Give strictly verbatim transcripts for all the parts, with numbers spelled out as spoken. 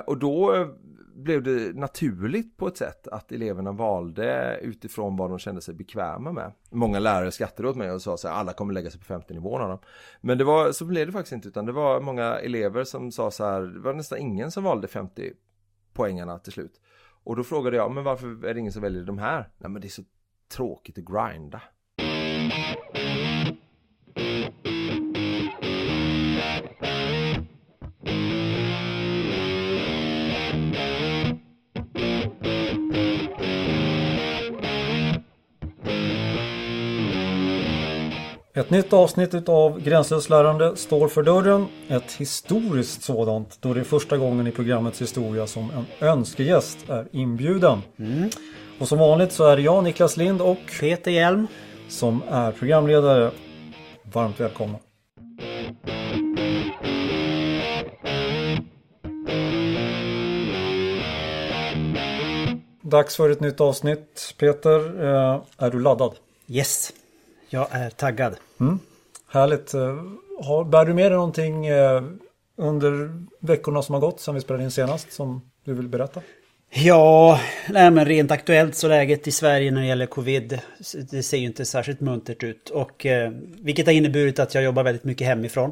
och då blev det naturligt på ett sätt att eleverna valde utifrån vad de kände sig bekväma med. Många lärare skrattade åt mig och sa att alla kommer lägga sig på femtio nivåerna. Men det var, så blev det faktiskt inte, utan det var många elever som sa så här, det var nästan ingen som valde femtio poängarna till slut. Och då frågade jag, men varför är det ingen som väljer de här? Nej, men det är så tråkigt att grinda. Ett nytt avsnitt av Gränslöst lärande står för dörren. Ett historiskt sådant, då det är första gången i programmets historia som en önskegäst är inbjuden. Mm. Och som vanligt så är det jag, Niklas Lind, och Peter Hjelm som är programledare. Varmt välkomna. Dags för ett nytt avsnitt. Peter, är du laddad? Yes, jag är taggad. Mm. Härligt. Har, bär du med dig någonting under veckorna som har gått sedan vi spelade in senast som du vill berätta? Ja, nej, men rent aktuellt så läget i Sverige när det gäller covid, det ser ju inte särskilt muntert ut. Och, eh, vilket har inneburit att jag jobbar väldigt mycket hemifrån.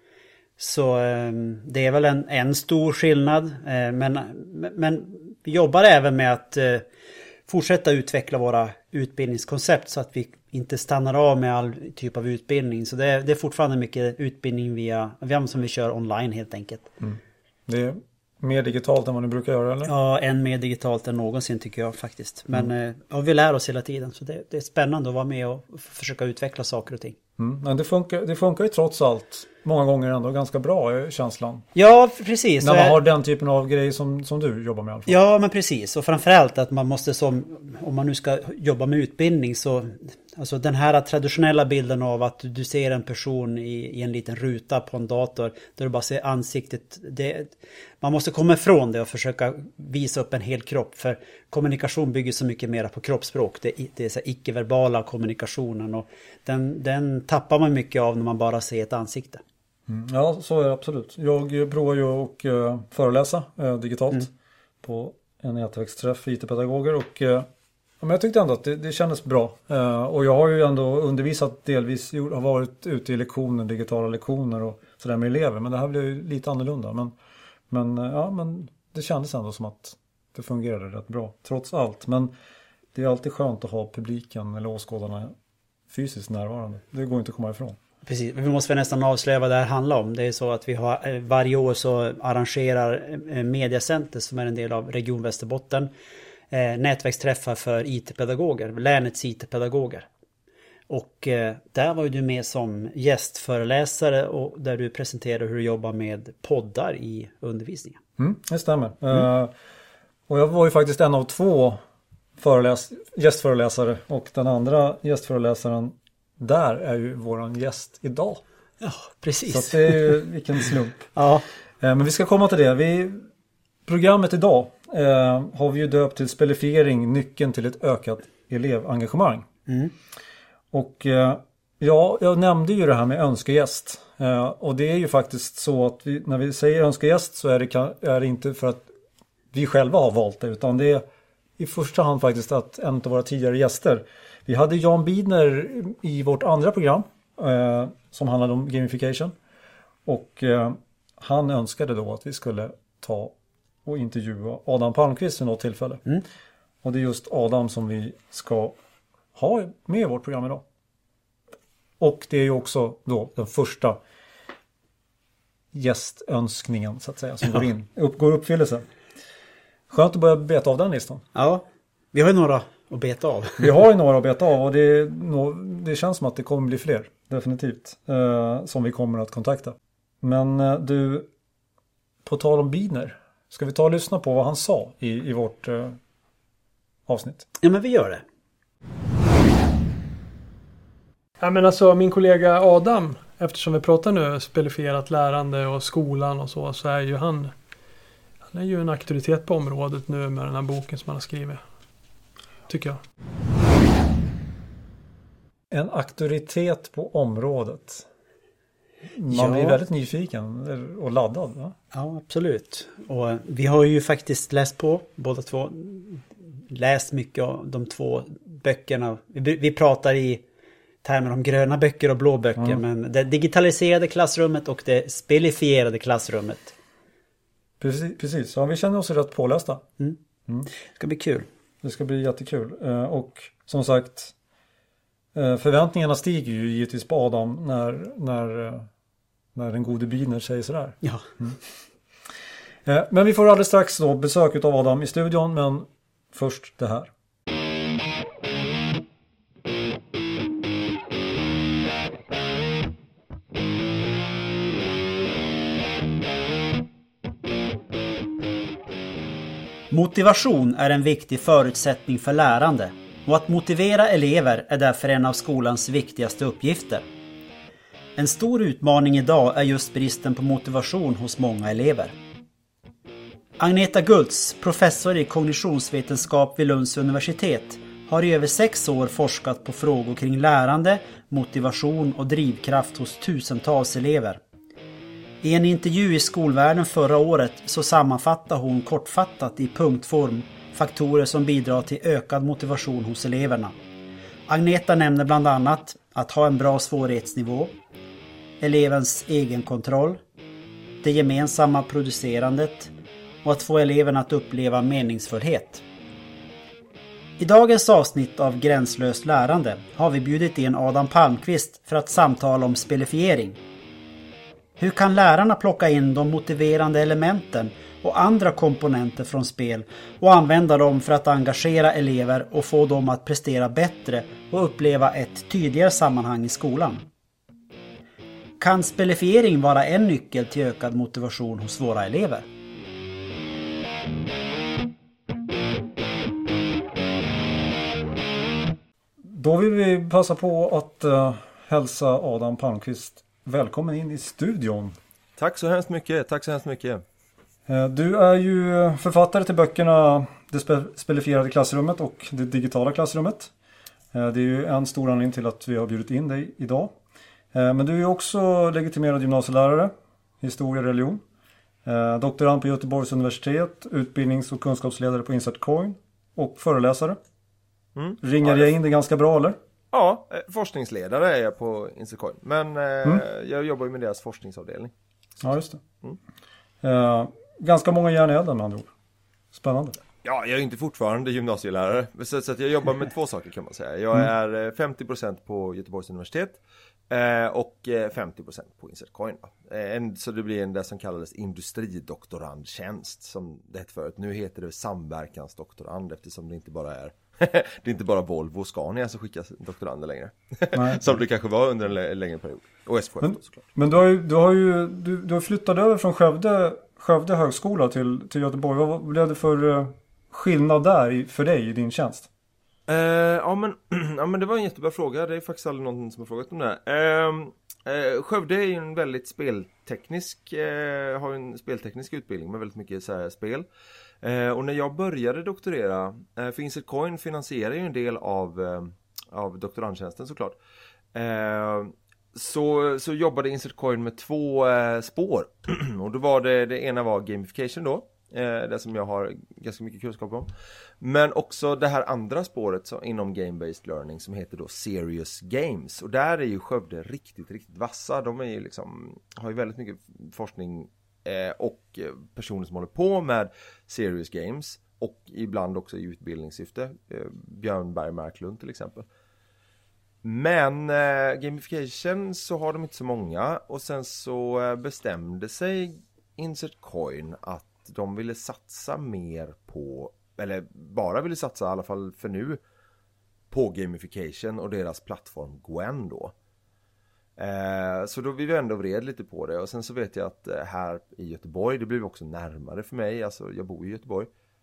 Så eh, det är väl en, en stor skillnad. Eh, men, men vi jobbar även med att eh, fortsätta utveckla våra utbildningskoncept så att vi inte stannar av med all typ av utbildning. Så det är, det är fortfarande mycket utbildning via, via som vi kör online helt enkelt. Mm. Det är mer digitalt än vad ni brukar göra, eller? Ja, än mer digitalt än någonsin tycker jag faktiskt. Men mm. ja, vi lär oss hela tiden. Så det, det är spännande att vara med och försöka utveckla saker och ting. Mm. Men det funkar, det funkar ju trots allt många gånger ändå ganska bra, känslan. Ja, precis. När man har den typen av grejer som, som du jobbar med i alla fall. Ja, men precis. Och framförallt att man måste som, om man nu ska jobba med utbildning så, alltså den här traditionella bilden av att du ser en person i, i en liten ruta på en dator där du bara ser ansiktet. Det, man måste komma ifrån det och försöka visa upp en hel kropp, för kommunikation bygger så mycket mer på kroppsspråk. Det, det är så icke-verbala kommunikationen och den, den tappar man mycket av när man bara ser ett ansikte. Mm, ja, så är det absolut. Jag provar ju att uh, föreläsa uh, digitalt mm. på en nätverksträff för I T-pedagoger och uh, men jag tyckte ändå att det, det kändes bra. Uh, och jag har ju ändå undervisat delvis, har varit ute i lektioner, digitala lektioner och sådär med elever, men det här blev ju lite annorlunda. Men, men, uh, ja, men det kändes ändå som att det fungerade rätt bra, trots allt. Men det är alltid skönt att ha publiken eller åskådarna fysiskt närvarande. Det går inte att komma ifrån. Precis, vi måste väl nästan avslöja vad det här handlar om. Det är så att vi har varje år så arrangerar Mediacenter, som är en del av Region Västerbotten, eh, nätverksträffar för I T-pedagoger, länets I T-pedagoger. Och eh, där var ju du med som gästföreläsare och där du presenterade hur du jobbar med poddar i undervisningen. Mm, det stämmer. Mm. Uh, och jag var ju faktiskt en av två föreläs- gästföreläsare och den andra gästföreläsaren där är ju våran gäst idag. Ja, precis. Så det är ju vilken slump. Ja. Men vi ska komma till det. Vi, programmet idag eh, har vi ju döpt till spelifiering, nyckeln till ett ökat elevengagemang. Mm. Och eh, ja, jag nämnde ju det här med önskegäst. Eh, och det är ju faktiskt så att vi, när vi säger önskegäst så är det, är det inte för att vi själva har valt det, utan det är i första hand faktiskt att en av våra tidigare gäster. Vi hade Jan Bidner i vårt andra program eh, som handlade om gamification. Och eh, han önskade då att vi skulle ta och intervjua Adam Palmqvist vid något tillfälle. Mm. Och det är just Adam som vi ska ha med i vårt program idag. Och det är ju också då den första gästönskningen så att säga som ja. går in, upp, går uppfyllelse. Skönt att börja beta av den listan. Ja, vi har ju några att beta av. Vi har ju några att beta av och det, det känns som att det kommer bli fler, definitivt, eh, som vi kommer att kontakta. Men eh, du, på tal om Bidner, ska vi ta och lyssna på vad han sa i, i vårt eh, avsnitt? Ja, men vi gör det. Ja, men alltså min kollega Adam, eftersom vi pratar nu spelifierat lärande och skolan och så, så är ju han, han är ju en auktoritet på området nu med den här boken som han har skrivit. Tycker jag. En auktoritet på området. Man Ja. blir väldigt nyfiken och laddad. Va? Ja, absolut. Och vi har ju faktiskt läst på, båda två, läst mycket av de två böckerna. Vi, vi pratar i termer om gröna böcker och blå böcker, Mm. men det digitaliserade klassrummet och det spelifierade klassrummet. Precis, precis. Ja, vi känner oss rätt pålästa. Mm. Mm. Det ska bli kul. Det ska bli jättekul. Eh, Och som sagt, eh, förväntningarna stiger ju givetvis på Adam när, när, eh, när den gode Biner säger sådär. Ja. Eh, Men vi får alldeles strax då besök av Adam i studion, men först det här. Motivation är en viktig förutsättning för lärande och att motivera elever är därför en av skolans viktigaste uppgifter. En stor utmaning idag är just bristen på motivation hos många elever. Agneta Gultz, professor i kognitionsvetenskap vid Lunds universitet, har i över sex år forskat på frågor kring lärande, motivation och drivkraft hos tusentals elever. I en intervju i Skolvärlden förra året så sammanfattar hon kortfattat i punktform faktorer som bidrar till ökad motivation hos eleverna. Agneta nämner bland annat att ha en bra svårighetsnivå, elevens egenkontroll, det gemensamma producerandet och att få eleverna att uppleva meningsfullhet. I dagens avsnitt av Gränslöst lärande har vi bjudit in Adam Palmqvist för att samtala om spelifiering. Hur kan lärarna plocka in de motiverande elementen och andra komponenter från spel och använda dem för att engagera elever och få dem att prestera bättre och uppleva ett tydligare sammanhang i skolan? Kan spelifiering vara en nyckel till ökad motivation hos våra elever? Då vill vi passa på att uh, hälsa Adam Palmqvist välkommen in i studion. Tack så hemskt mycket, tack så hemskt mycket. Uh, du är ju författare till böckerna Det spe- spelifierade klassrummet och Det digitala klassrummet. Uh, det är ju en stor anledning till att vi har bjudit in dig idag. Uh, men du är ju också legitimerad gymnasielärare, historia och religion. Uh, doktorand på Göteborgs universitet, utbildnings- och kunskapsledare på Insert Coin och föreläsare. Mm. Ringer Ja, det- jag in det ganska bra eller? Ja, eh, forskningsledare är jag på Insecoin. Men eh, Mm. jag jobbar ju med deras forskningsavdelning. Ja, just det. Mm. Uh, ganska många järn i elden med andra ord. Spännande. Ja, jag är inte fortfarande gymnasielärare. Så, så att jag jobbar med två saker kan man säga. Jag Mm. är eh, femtio procent på Göteborgs universitet. Eh, och eh, femtio procent på Insertcoin. Eh, en, så det blir en det som kallades industridoktorandtjänst som det hette förut. Nu heter det samverkansdoktorand eftersom det inte bara är det är inte bara Volvo och Scania som skickar doktorander längre. Nej. Som det kanske var under en lä- längre period. Och S K F Men, då, såklart. men du har ju, du har ju du, du har flyttat över från Skövde, Skövde högskola till, till Göteborg. Vad blev det för uh, skillnad där i, för dig i din tjänst? Eh, ja, men, ja men det var en jättebra fråga. Det är faktiskt aldrig någon som har frågat om det här. Eh, eh, Skövde är ju en väldigt spelteknisk eh, har en spelteknisk utbildning med väldigt mycket så här, spel. Eh, och när jag började doktorera eh, för Insert Coin finansierar ju en del av, eh, av doktorandtjänsten såklart. Eh, så, så jobbade Insert Coin med två eh, spår. Och då var det, det ena var gamification då. Eh, det som jag har ganska mycket kunskap om. Men också det här andra spåret så, inom game-based learning som heter då Serious Games. Och där är ju Skövde riktigt, riktigt vassa. De är ju liksom, har ju väldigt mycket forskning eh, och personer som håller på med Serious Games. Och ibland också i utbildningssyfte. Eh, Björn Berg Marklund till exempel. Men eh, gamification så har de inte så många. Och sen så eh, bestämde sig Insert Coin att de ville satsa mer på, eller bara ville satsa i alla fall för nu, på gamification och deras plattform Gwen då. Eh, så då vi ändå vred lite på det. Och sen så vet jag att eh, här i Göteborg, det blev också närmare för mig. Alltså jag bor i Göteborg.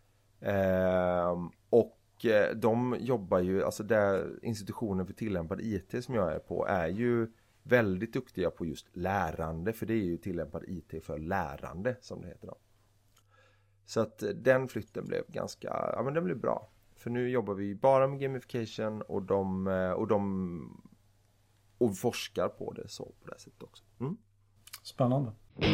Eh, och eh, de jobbar ju, alltså där institutionen för tillämpad I T som jag är på är ju väldigt duktiga på just lärande. För det är ju tillämpad I T för lärande som det heter då. Så att den flytten blev ganska, ja men den blev bra. För nu jobbar vi bara med gamification och de, och de och forskar på det så på det sättet också. Mm. Spännande.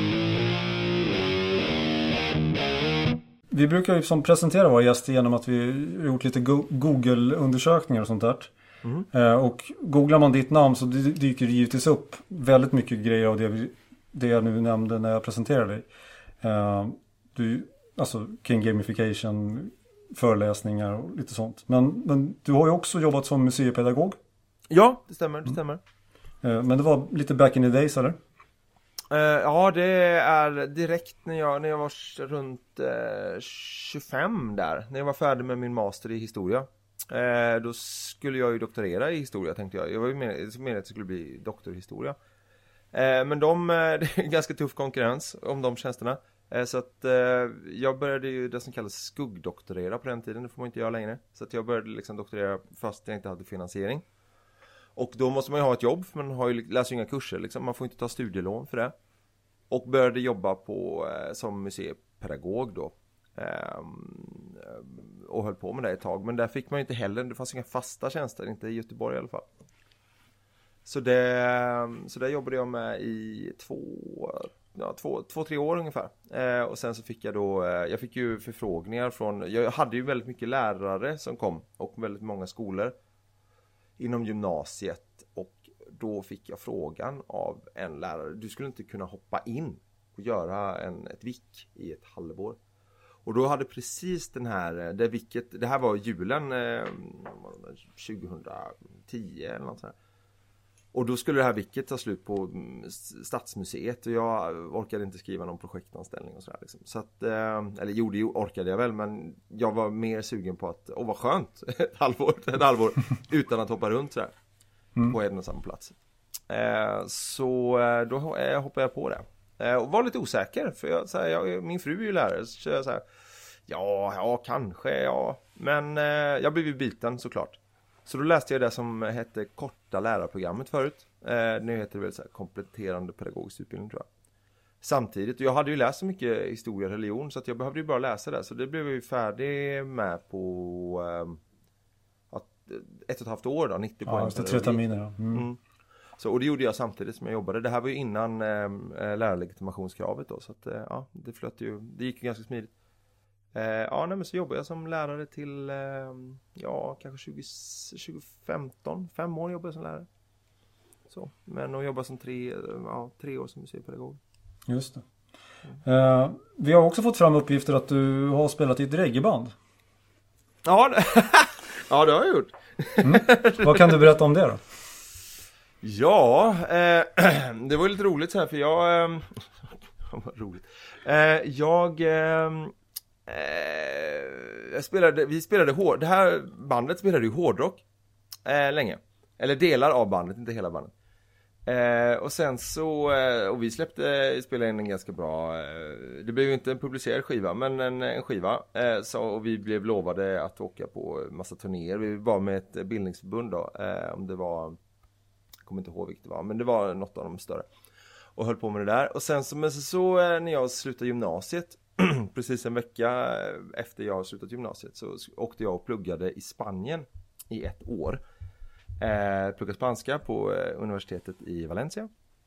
Vi brukar ju som presentera våra gäster genom att vi har gjort lite go- Google-undersökningar och sånt där. Mm. Eh, och googlar man ditt namn så dyker det givetvis upp väldigt mycket grejer av det, vi, det jag nu nämnde när jag presenterade dig. Eh, du, alltså King Gamification, föreläsningar och lite sånt. Men, men du har ju också jobbat som museipedagog. Ja, det stämmer, det stämmer. Mm. Eh, men det var lite back in the days, eller? Uh, ja, det är direkt när jag, när jag var runt uh, tjugofem där. När jag var färdig med min master i historia. Uh, då skulle jag ju doktorera i historia, tänkte jag. Jag var ju meningen att jag skulle bli doktor i historia. Uh, men de, uh, det är ganska tuff konkurrens om de tjänsterna. Uh, så att uh, jag började ju det som kallas skuggdoktorera på den tiden. Det får man inte göra längre. Så att jag började liksom doktorera fast jag inte hade finansiering. Och då måste man ju ha ett jobb, för man har ju, läser ju inga kurser liksom. Man får inte ta studielån för det. Och började jobba på, eh, som museipedagog då. Eh, och höll på med det ett tag. Men där fick man ju inte heller, det fanns inga fasta tjänster, inte i Göteborg i alla fall. Så det, så där jobbade jag med i två, ja, två, två tre år ungefär. Eh, och sen så fick jag då, eh, jag fick ju förfrågningar från, jag hade ju väldigt mycket lärare som kom. Och väldigt många skolor inom gymnasiet, och då fick jag frågan av en lärare, du skulle inte kunna hoppa in och göra en, ett vick i ett halvår. Och då hade precis den här, det vicket, det här var julen eh, tjugohundratio eller något sånt här. Och då skulle det här vicket ta slut på Stadsmuseet, och jag orkade inte skriva någon projektanställning och sådär liksom. Så att, eh, eller jo, det orkade jag väl, men jag var mer sugen på att, åh vad skönt, ett halvår, ett halvår utan att hoppa runt sådär. Mm. På en och samma plats. Eh, så eh, då eh, hoppade jag på det. Eh, och var lite osäker. För jag, såhär, jag, min fru är ju lärare. Så jag såhär, ja, ja, kanske, ja. Men eh, jag blev ju biten såklart. Så då läste jag det som hette korta lärarprogrammet förut. Eh, nu heter det väl så här, kompletterande pedagogisk utbildning, tror jag. Samtidigt, och jag hade ju läst så mycket historia och religion, så att jag behövde ju bara läsa det. Så det blev jag ju färdig med på... Eh, ett och ett halvt år då, nittio poäng. Ja, just det, tre terminer. Ja. Mm. Mm. Så, och det gjorde jag samtidigt som jag jobbade. Det här var ju innan eh, lärarlegitimationskravet då, så att eh, ja, det flöt ju, det gick ju ganska smidigt. Eh, ja, nej, men så jobbade jag som lärare till, eh, ja, kanske tjugo, tjugo femton, fem år jobbade jag som lärare. Så, men och jobbade som tre, ja, tre år som museipedagog. Just det. Mm. Eh, vi har också fått fram uppgifter att du har spelat i ett reggaeband. Ja, det ja, det har jag gjort. Mm. Vad kan du berätta om det då? Ja, eh, det var lite roligt så här, för jag... Eh, vad roligt. Eh, jag... Eh, jag spelade, vi spelade hård... Det här bandet spelade ju hårdrock eh, länge. Eller delar av bandet, inte hela bandet. Eh, och sen så... Eh, och vi släppte, spelade in en ganska bra... Eh, det blev ju inte en publicerad skiva, men en, en skiva. Eh, så, och vi blev lovade att åka på massa turnéer. Vi var med ett bildningsförbund då. Eh, om det var... Jag kommer inte ihåg vilket det var, men det var något av de större. Och höll på med det där. Och sen så, men så, så när jag slutade gymnasiet, precis en vecka efter jag slutat gymnasiet, så åkte jag och pluggade i Spanien i ett år. Eh, pluggade spanska på eh, universitetet i Valencia.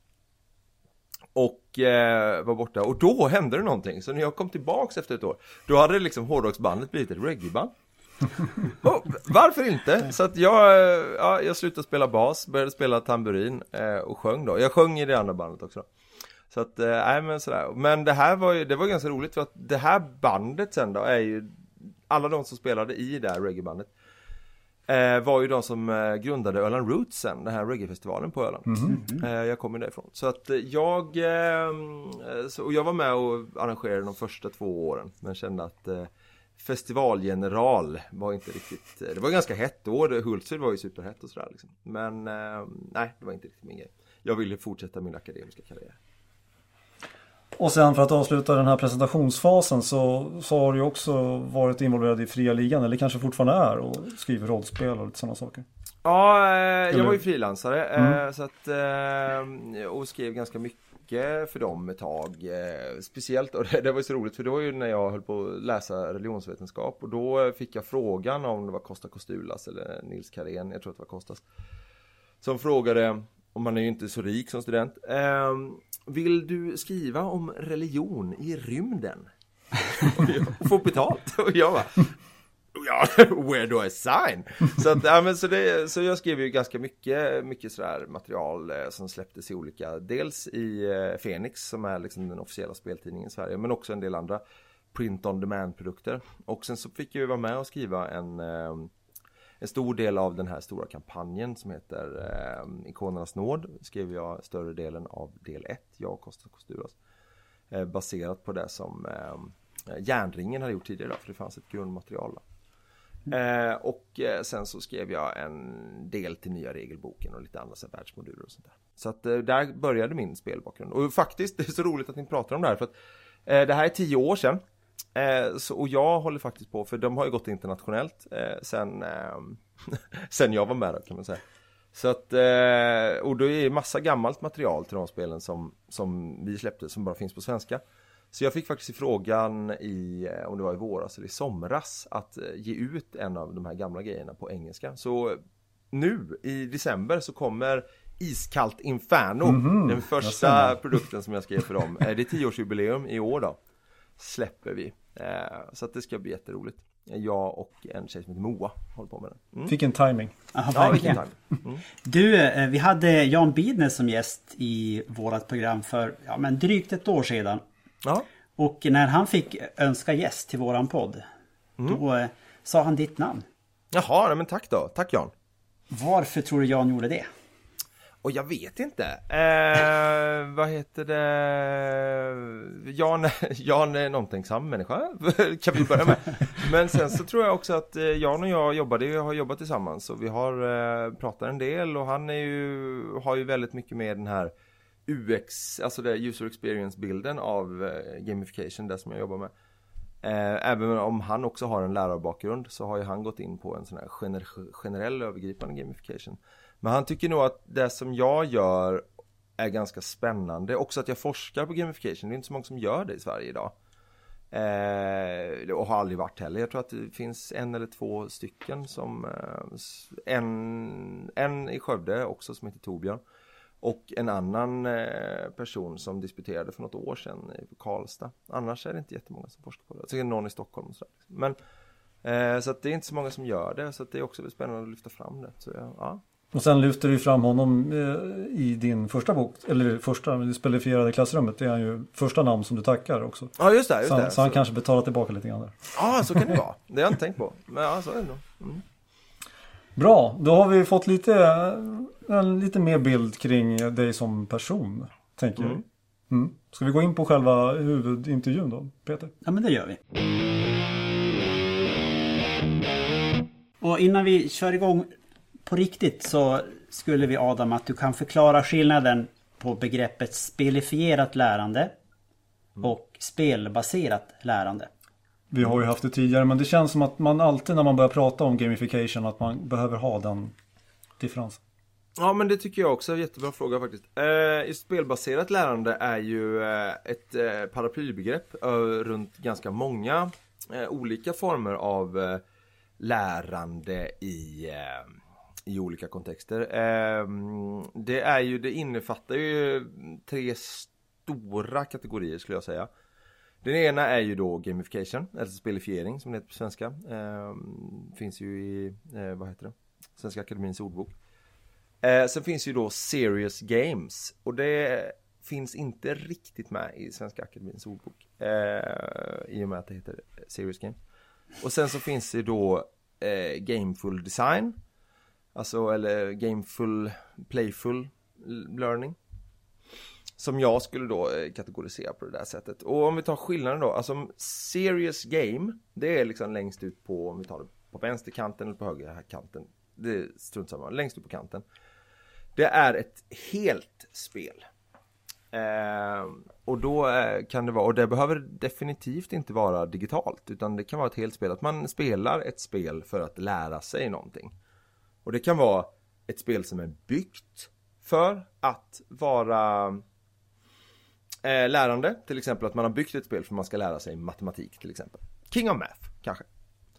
Och eh, var borta. Och då hände det någonting. Så när jag kom tillbaks efter ett år, då hade det liksom hårdrocksbandet blivit ett reggaeband. Oh, varför inte? Så att jag, ja, jag slutade spela bas, började spela tamburin eh, och sjöng då. Jag sjöng i det andra bandet också. Så att, eh, nej men sådär. Men det här var ju, det var ganska roligt, för att det här bandet sen då är ju, alla de som spelade i det här reggaebandet eh, var ju de som eh, grundade Öland Roots sen, den här reggaefestivalen på Öland. Mm-hmm. Eh, jag kommer därifrån. Så att jag, eh, så, och jag var med och arrangerade de första två åren, men kände att eh, festivalgeneral var inte riktigt, det var ganska hett då, Hultsfred var ju superhett och sådär liksom. Men eh, nej, det var inte riktigt min grej. Jag ville fortsätta min akademiska karriär. Och sen för att avsluta den här presentationsfasen så, så har du också varit involverad i fria ligan, eller kanske fortfarande är, och skriver rollspel och lite sådana saker. Ja, eh, jag var ju frilansare mm. eh, så att, eh, och skrev ganska mycket för dem ett tag. Eh, speciellt, och det, det var ju så roligt, för det var ju när jag höll på att läsa religionsvetenskap, och då fick jag frågan om det var Costa Costulas eller Nils Karén, jag tror att det var Kostas, som frågade och man är ju inte så rik som student. Eh, vill du skriva om religion i rymden? Och få betalt. Och jag bara, ja, where do I sign? Så, att, ja, men så, det, så jag skrev ju ganska mycket, mycket sådär material eh, som släpptes i olika, dels i eh, Fenix som är liksom den officiella speltidningen i Sverige, men också en del andra print-on-demand-produkter. Och sen så fick jag ju vara med och skriva en, eh, en stor del av den här stora kampanjen som heter eh, Ikonernas nåd. Skrev jag större delen av del ett, jag och Kostas Kosturas. Eh, baserat på det som eh, Järnringen hade gjort tidigare då, för det fanns ett grundmaterial då. Mm. Eh, och eh, sen så skrev jag en del till nya regelboken och lite andra så här, världsmoduler och sånt där. Så att eh, där började min spelbakgrund. Och faktiskt, det är så roligt att ni pratar om det här, för att eh, det här är tio år sedan. Eh, så, och jag håller faktiskt på, för de har ju gått internationellt eh, sen, eh, sen jag var med då, kan man säga. Så att, eh, och då är det massa gammalt material till de spelen som, som vi släppte, som bara finns på svenska. Så jag fick faktiskt i frågan i, om det var i våras eller i somras, att ge ut en av de här gamla grejerna på engelska. Så nu i december så kommer Iskallt Inferno, mm-hmm. den första produkten som jag skrev för dem. Det är tioårsjubileum i år då. Släpper vi. Så att det ska bli jätteroligt. Jag och en tjej som heter Moa håller på med det. Mm. Vilken timing. Aha, ja, vilken timing. Mm. Du, vi hade Jan Bidnes som gäst i vårat program för ja, men drygt ett år sedan. Ja. Och när han fick önska gäst till våran podd, mm. då eh, sa han ditt namn. Jaha, nej, men tack då. Tack Jan. Varför tror du Jan gjorde det? Och jag vet inte. Eh, vad heter det? Jan, Jan är en omtänksam människa. Kan vi börja med. Men sen så tror jag också att Jan och jag jobbade, har jobbat tillsammans. Och vi har eh, pratat en del. Och han är ju, har ju väldigt mycket med den här U X, alltså det user experience-bilden av eh, gamification, det som jag jobbar med. Eh, även om han också har en lärarbakgrund så har ju han gått in på en sån här gener- generell övergripande gamification. Men han tycker nog att det som jag gör är ganska spännande. Också att jag forskar på gamification. Det är inte så många som gör det i Sverige idag. Eh, och har aldrig varit heller. Jag tror att det finns en eller två stycken som eh, en, en i Skövde också som heter Torbjörn. Och en annan eh, person som disputerade för något år sedan i Karlstad. Annars är det inte jättemånga som forskar på det. Jag tycker någon i Stockholm och sådär. Men eh, så att det är inte så många som gör det. Så att det är också spännande att lyfta fram det. Så, ja. Och sen lyfter du fram honom eh, i din första bok. Eller första, det spelifierade klassrummet. Det är ju första namn som du tackar också. Ja, just det. Just så, det. så han så... kanske betalar tillbaka lite grann där. Ja, så kan det vara. Det har jag inte tänkt på. Men ja, så är det nog. Mm. Bra, då har vi fått lite, en lite mer bild kring dig som person, tänker jag. Mm. Mm. Ska vi gå in på själva huvudintervjun då, Peter? Ja, men det gör vi. Och innan vi kör igång på riktigt så skulle vi, Adam, att du kan förklara skillnaden på begreppet spelifierat lärande och spelbaserat lärande. Vi har ju haft det tidigare, men det känns som att man alltid när man börjar prata om gamification att man behöver ha den differensen. Ja, men det tycker jag också är en jättebra fråga faktiskt. Eh, spelbaserat lärande är ju eh, ett eh, paraplybegrepp eh, runt ganska många eh, olika former av eh, lärande i, eh, i olika kontexter. Eh, det är ju, det innefattar ju tre stora kategorier skulle jag säga. Den ena är ju då gamification, eller spelifiering som det heter på svenska. Eh, finns ju i, eh, vad heter det? Svenska Akademins ordbok. Eh, sen finns ju då serious games. Och det finns inte riktigt med i Svenska Akademins ordbok. Eh, I och med att det heter serious game. Och sen så finns det då eh, gameful design. Alltså, eller gameful, playful learning. Som jag skulle då kategorisera på det där sättet. Och om vi tar skillnaden då. Alltså serious game. Det är liksom längst ut på, om vi tar det på vänsterkanten eller på högerkanten. Det är strunt samma. Längst ut på kanten. Det är ett helt spel. Eh, och då eh, kan det vara, och det behöver definitivt inte vara digitalt. Utan det kan vara ett helt spel. Att man spelar ett spel för att lära sig någonting. Och det kan vara ett spel som är byggt för att vara eh, lärande. Till exempel att man har byggt ett spel för att man ska lära sig matematik till exempel. King of Math kanske.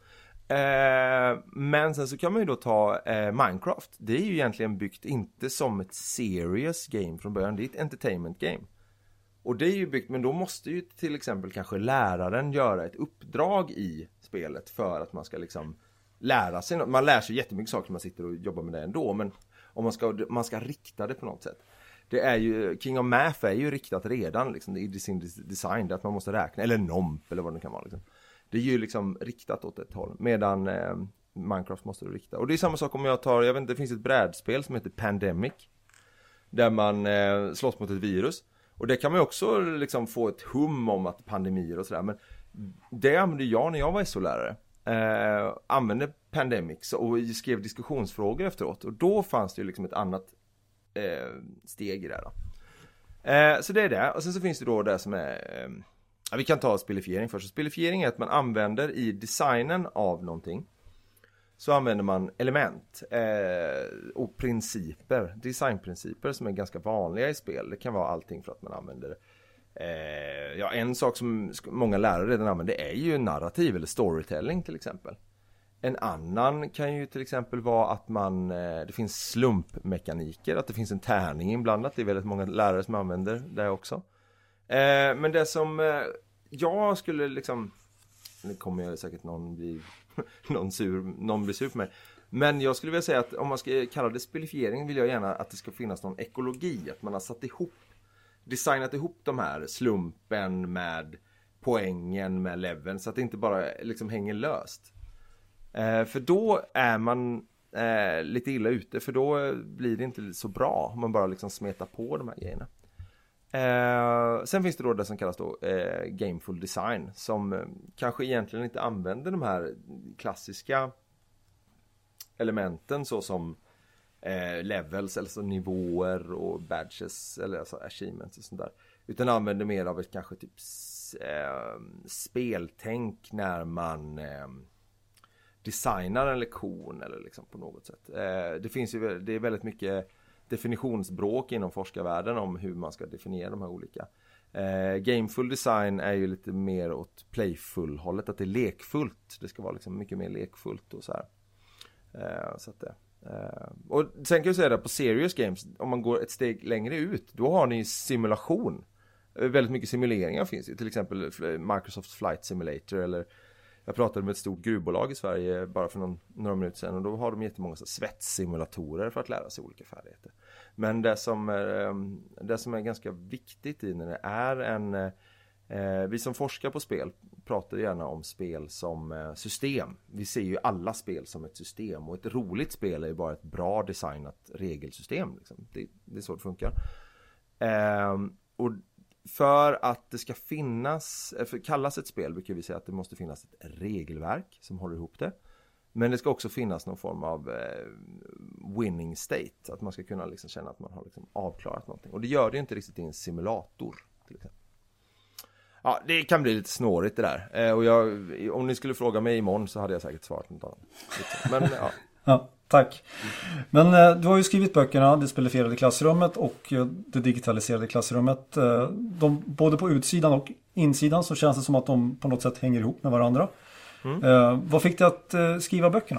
Eh, men sen så kan man ju då ta eh, Minecraft. Det är ju egentligen byggt inte som ett serious game från början. Det är ett entertainment game. Och det är ju byggt, men då måste ju till exempel kanske läraren göra ett uppdrag i spelet för att man ska liksom lära sig. Man lär sig jättemycket saker när man sitter och jobbar med det ändå, men om man ska, man ska rikta det på något sätt. Det är ju, King of Math är ju riktat redan liksom, i sin design, att man måste räkna, eller nomp eller vad det kan vara liksom. Det är ju liksom riktat åt ett håll, medan eh, Minecraft måste du rikta. Och det är samma sak om jag tar, jag vet inte, det finns ett brädspel som heter Pandemic, där man eh, slåss mot ett virus. Och det kan man ju också liksom få ett hum om att pandemier och sådär. Men det använde jag när jag var S O-lärare. Eh, använde Pandemic och skrev diskussionsfrågor efteråt. Och då fanns det ju liksom ett annat eh, steg i det då. Eh, så det är det. Och sen så finns det då det som är... Eh, ja, vi kan ta spelifiering först. Spelifiering är att man använder i designen av någonting. Så använder man element eh, och principer, designprinciper som är ganska vanliga i spel. Det kan vara allting för att man använder eh, ja, en sak som många lärare redan använder är ju narrativ eller storytelling till exempel. En annan kan ju till exempel vara att man eh, det finns slumpmekaniker, att det finns en tärning inblandat. Det är väldigt många lärare som använder det också. Eh, men det som eh, jag skulle liksom, det kommer ju säkert någon bli någon, sur, någon blir sur för mig. Men jag skulle vilja säga att om man ska kalla det spelifiering vill jag gärna att det ska finnas någon ekologi. Att man har satt ihop, designat ihop de här slumpen med poängen med leveln. Så att det inte bara liksom hänger löst. Eh, för då är man eh, lite illa ute. För då blir det inte så bra om man bara liksom smetar på de här grejerna. Eh, sen finns det då det som kallas då eh, gameful design, som eh, kanske egentligen inte använder de här klassiska elementen så som eh, levels eller så nivåer och badges eller alltså achievements och sånt där, utan använder mer av ett kanske typ eh, speltänk när man eh, designar en lektion eller liksom på något sätt. Eh, det finns ju, det är väldigt mycket definitionsbråk inom forskarvärlden om hur man ska definiera de här olika. Eh, gameful design är ju lite mer åt playful hållet, att det är lekfullt. Det ska vara liksom mycket mer lekfullt och så här. Eh, så att det. Eh, och sen kan jag säga det på serious games, om man går ett steg längre ut, då har ni simulation. Eh, väldigt mycket simuleringar finns ju, till exempel Microsoft Flight Simulator eller jag pratade med ett stort gruvbolag i Sverige bara för någon, några minuter sedan och då har de jättemånga så svetssimulatorer för att lära sig olika färdigheter. Men det som är, det som är ganska viktigt i när det är en... Eh, vi som forskar på spel pratar gärna om spel som eh, system. Vi ser ju alla spel som ett system och ett roligt spel är ju bara ett bra designat regelsystem. Liksom. Det, det är så det funkar. Eh, och för att det ska finnas, för kallas ett spel brukar vi säga att det måste finnas ett regelverk som håller ihop det. Men det ska också finnas någon form av eh, winning state. Att man ska kunna liksom känna att man har liksom avklarat någonting. Och det gör det inte riktigt i en simulator till exempel. Ja, det kan bli lite snårigt det där. Eh, och jag, om ni skulle fråga mig imorgon så hade jag säkert svarat något annat. Men ja. Ja, tack. Men eh, du har ju skrivit böckerna Det spelifierade klassrummet och eh, Det digitaliserade klassrummet. Eh, de, både på utsidan och insidan så känns det som att de på något sätt hänger ihop med varandra. Mm. Eh, vad fick dig att eh, skriva böckerna?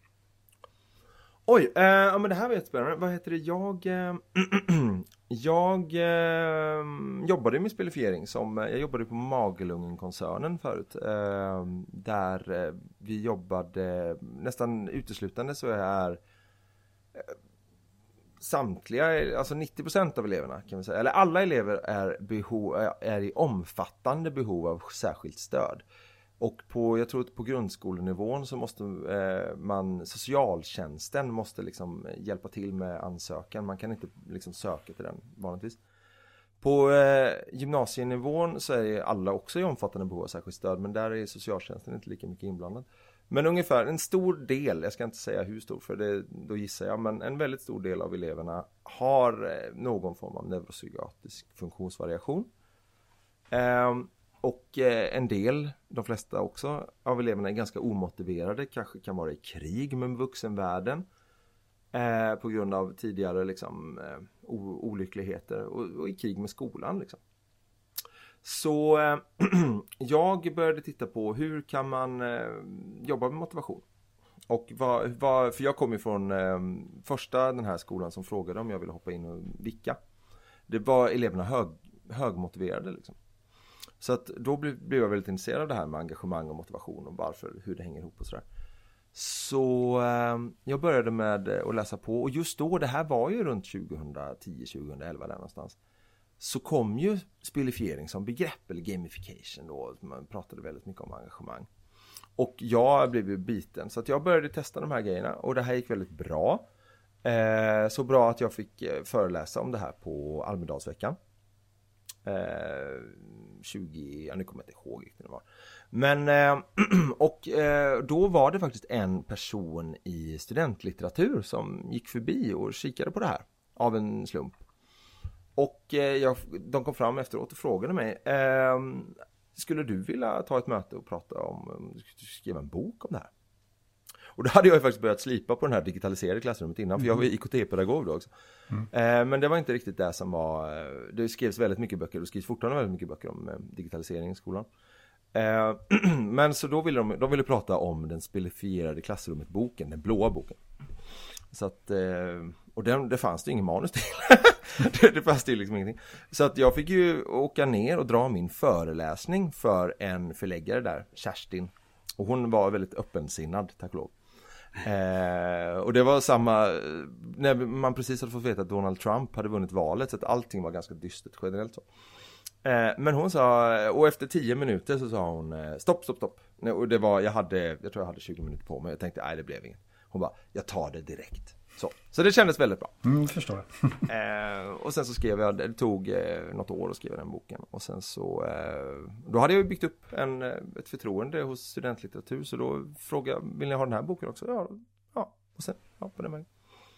Oj, eh, ja, men det här var jättespännande. Vad heter det? Jag, eh, jag eh, jobbade med spelifiering som, jag jobbade på Magelungen-koncernen förut. Eh, där eh, vi jobbade nästan uteslutande så är eh, samtliga, alltså nittio procent av eleverna kan vi säga, eller alla elever är, behov, är i omfattande behov av särskilt stöd. Och på, jag tror att på grundskolenivån så måste eh, man, socialtjänsten måste liksom hjälpa till med ansökan. Man kan inte liksom söka till den vanligtvis. På eh, gymnasienivån så är alla också i omfattande behov av särskilt stöd. Men där är socialtjänsten inte lika mycket inblandad. Men ungefär en stor del, jag ska inte säga hur stor för det, då gissar jag. Men en väldigt stor del av eleverna har eh, någon form av neuropsykiatrisk funktionsvariation. Eh, Och eh, en del, de flesta också, av eleverna är ganska omotiverade. Kanske kan vara i krig med vuxenvärlden. Eh, på grund av tidigare liksom, eh, o- olyckligheter. Och, och i krig med skolan. Liksom. Så eh, jag började titta på hur kan man eh, jobba med motivation. Och vad, vad, för jag kom ju från eh, första den här skolan som frågade om jag ville hoppa in och vicka. Det var eleverna hög, högmotiverade liksom. Så att då blev, blev jag väldigt intresserad av det här med engagemang och motivation och varför, hur det hänger ihop och sådär. Så eh, jag började med att läsa på, och just då, det här var ju runt tjugohundratio tjugohundraelva där någonstans, så kom ju spelifiering som begrepp, eller gamification då, man pratade väldigt mycket om engagemang. Och jag blev ju biten, så att jag började testa de här grejerna, och det här gick väldigt bra. Eh, så bra att jag fick föreläsa om det här på Almedalsveckan. Eh, tjugo, ja, nu kommer jag inte ihåg vilken det var. Men, eh, och eh, då var det faktiskt en person i studentlitteratur som gick förbi och kikade på det här av en slump. Och eh, jag, de kom fram efteråt och frågade mig, eh, skulle du vilja ta ett möte och prata om, om skriva en bok om det här? Och då hade jag ju faktiskt börjat slipa på den här digitaliserade klassrummet innan, för jag var I K T-pedagog då också. Mm. Eh, men det var inte riktigt det som var, det skrevs väldigt mycket böcker, och skrivs fortfarande väldigt mycket böcker om eh, digitalisering i skolan. Eh, men så då ville de, de ville prata om den spelifierade klassrummet-boken, den blåa boken. Så att, eh, och den, det fanns det ingen manus till. det, det fanns det liksom ingenting. Så att jag fick ju åka ner och dra min föreläsning för en förläggare där, Kerstin. Och hon var väldigt öppensinnad, tack och lov. Eh, och det var samma, när man precis hade fått veta att Donald Trump hade vunnit valet, så att allting var ganska dystert generellt så. Eh, men hon sa, och efter tio minuter så sa hon, stopp, stopp, stopp. Och det var, jag hade, jag tror jag hade tjugo minuter på mig, jag tänkte, nej det blev inget. Hon bara, jag tar det direkt. Så, så det kändes väldigt bra. Mm, förstår jag. eh, och sen så skrev jag, det tog eh, något år att skriva den boken. Och sen så, eh, då hade jag ju byggt upp en, ett förtroende hos studentlitteratur. Så då frågade jag, vill ni ha den här boken också? Ja, ja. Och sen, ja, på den vägen.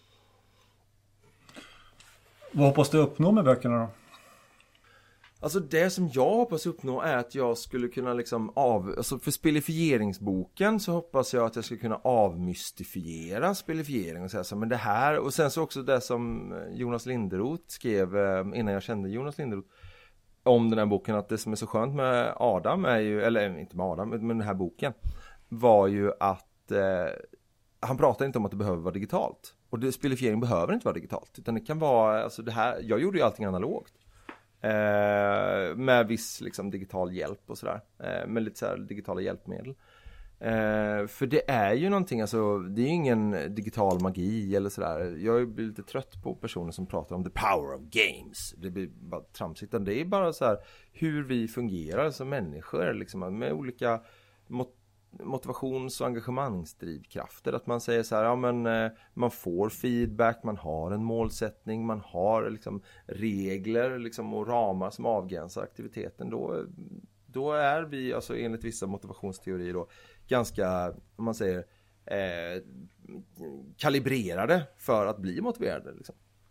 Vad hoppas du uppnå med böckerna då? Alltså det som jag hoppas uppnå är att jag skulle kunna liksom av... Alltså för spelifieringsboken så hoppas jag att jag ska kunna avmystifiera spelifiering och säga så, men det här... Och sen så också det som Jonas Linderoth skrev innan jag kände Jonas Linderoth om den här boken, att det som är så skönt med Adam är ju... Eller inte med Adam, men den här boken var ju att eh, han pratar inte om att det behöver vara digitalt. Och det, spelifiering behöver inte vara digitalt, utan det kan vara... Alltså det här, jag gjorde ju allting analogt. Eh, med viss liksom, digital hjälp och sådär, eh, med lite så här digitala hjälpmedel, eh, för det är ju någonting, alltså det är ju ingen digital magi eller sådär. Jag blir lite trött på personer som pratar om the power of games. Det blir bara tramsigt. Det är bara så här hur vi fungerar som människor liksom, med olika mot- motivations- och engagemangsdrivkrafter. Att man säger så här, ja men eh, man får feedback, man har en målsättning, man har liksom regler liksom, och ramar som avgränsar aktiviteten. Då, då är vi, alltså enligt vissa motivationsteorier då, ganska, om man säger eh, kalibrerade för att bli motiverade liksom.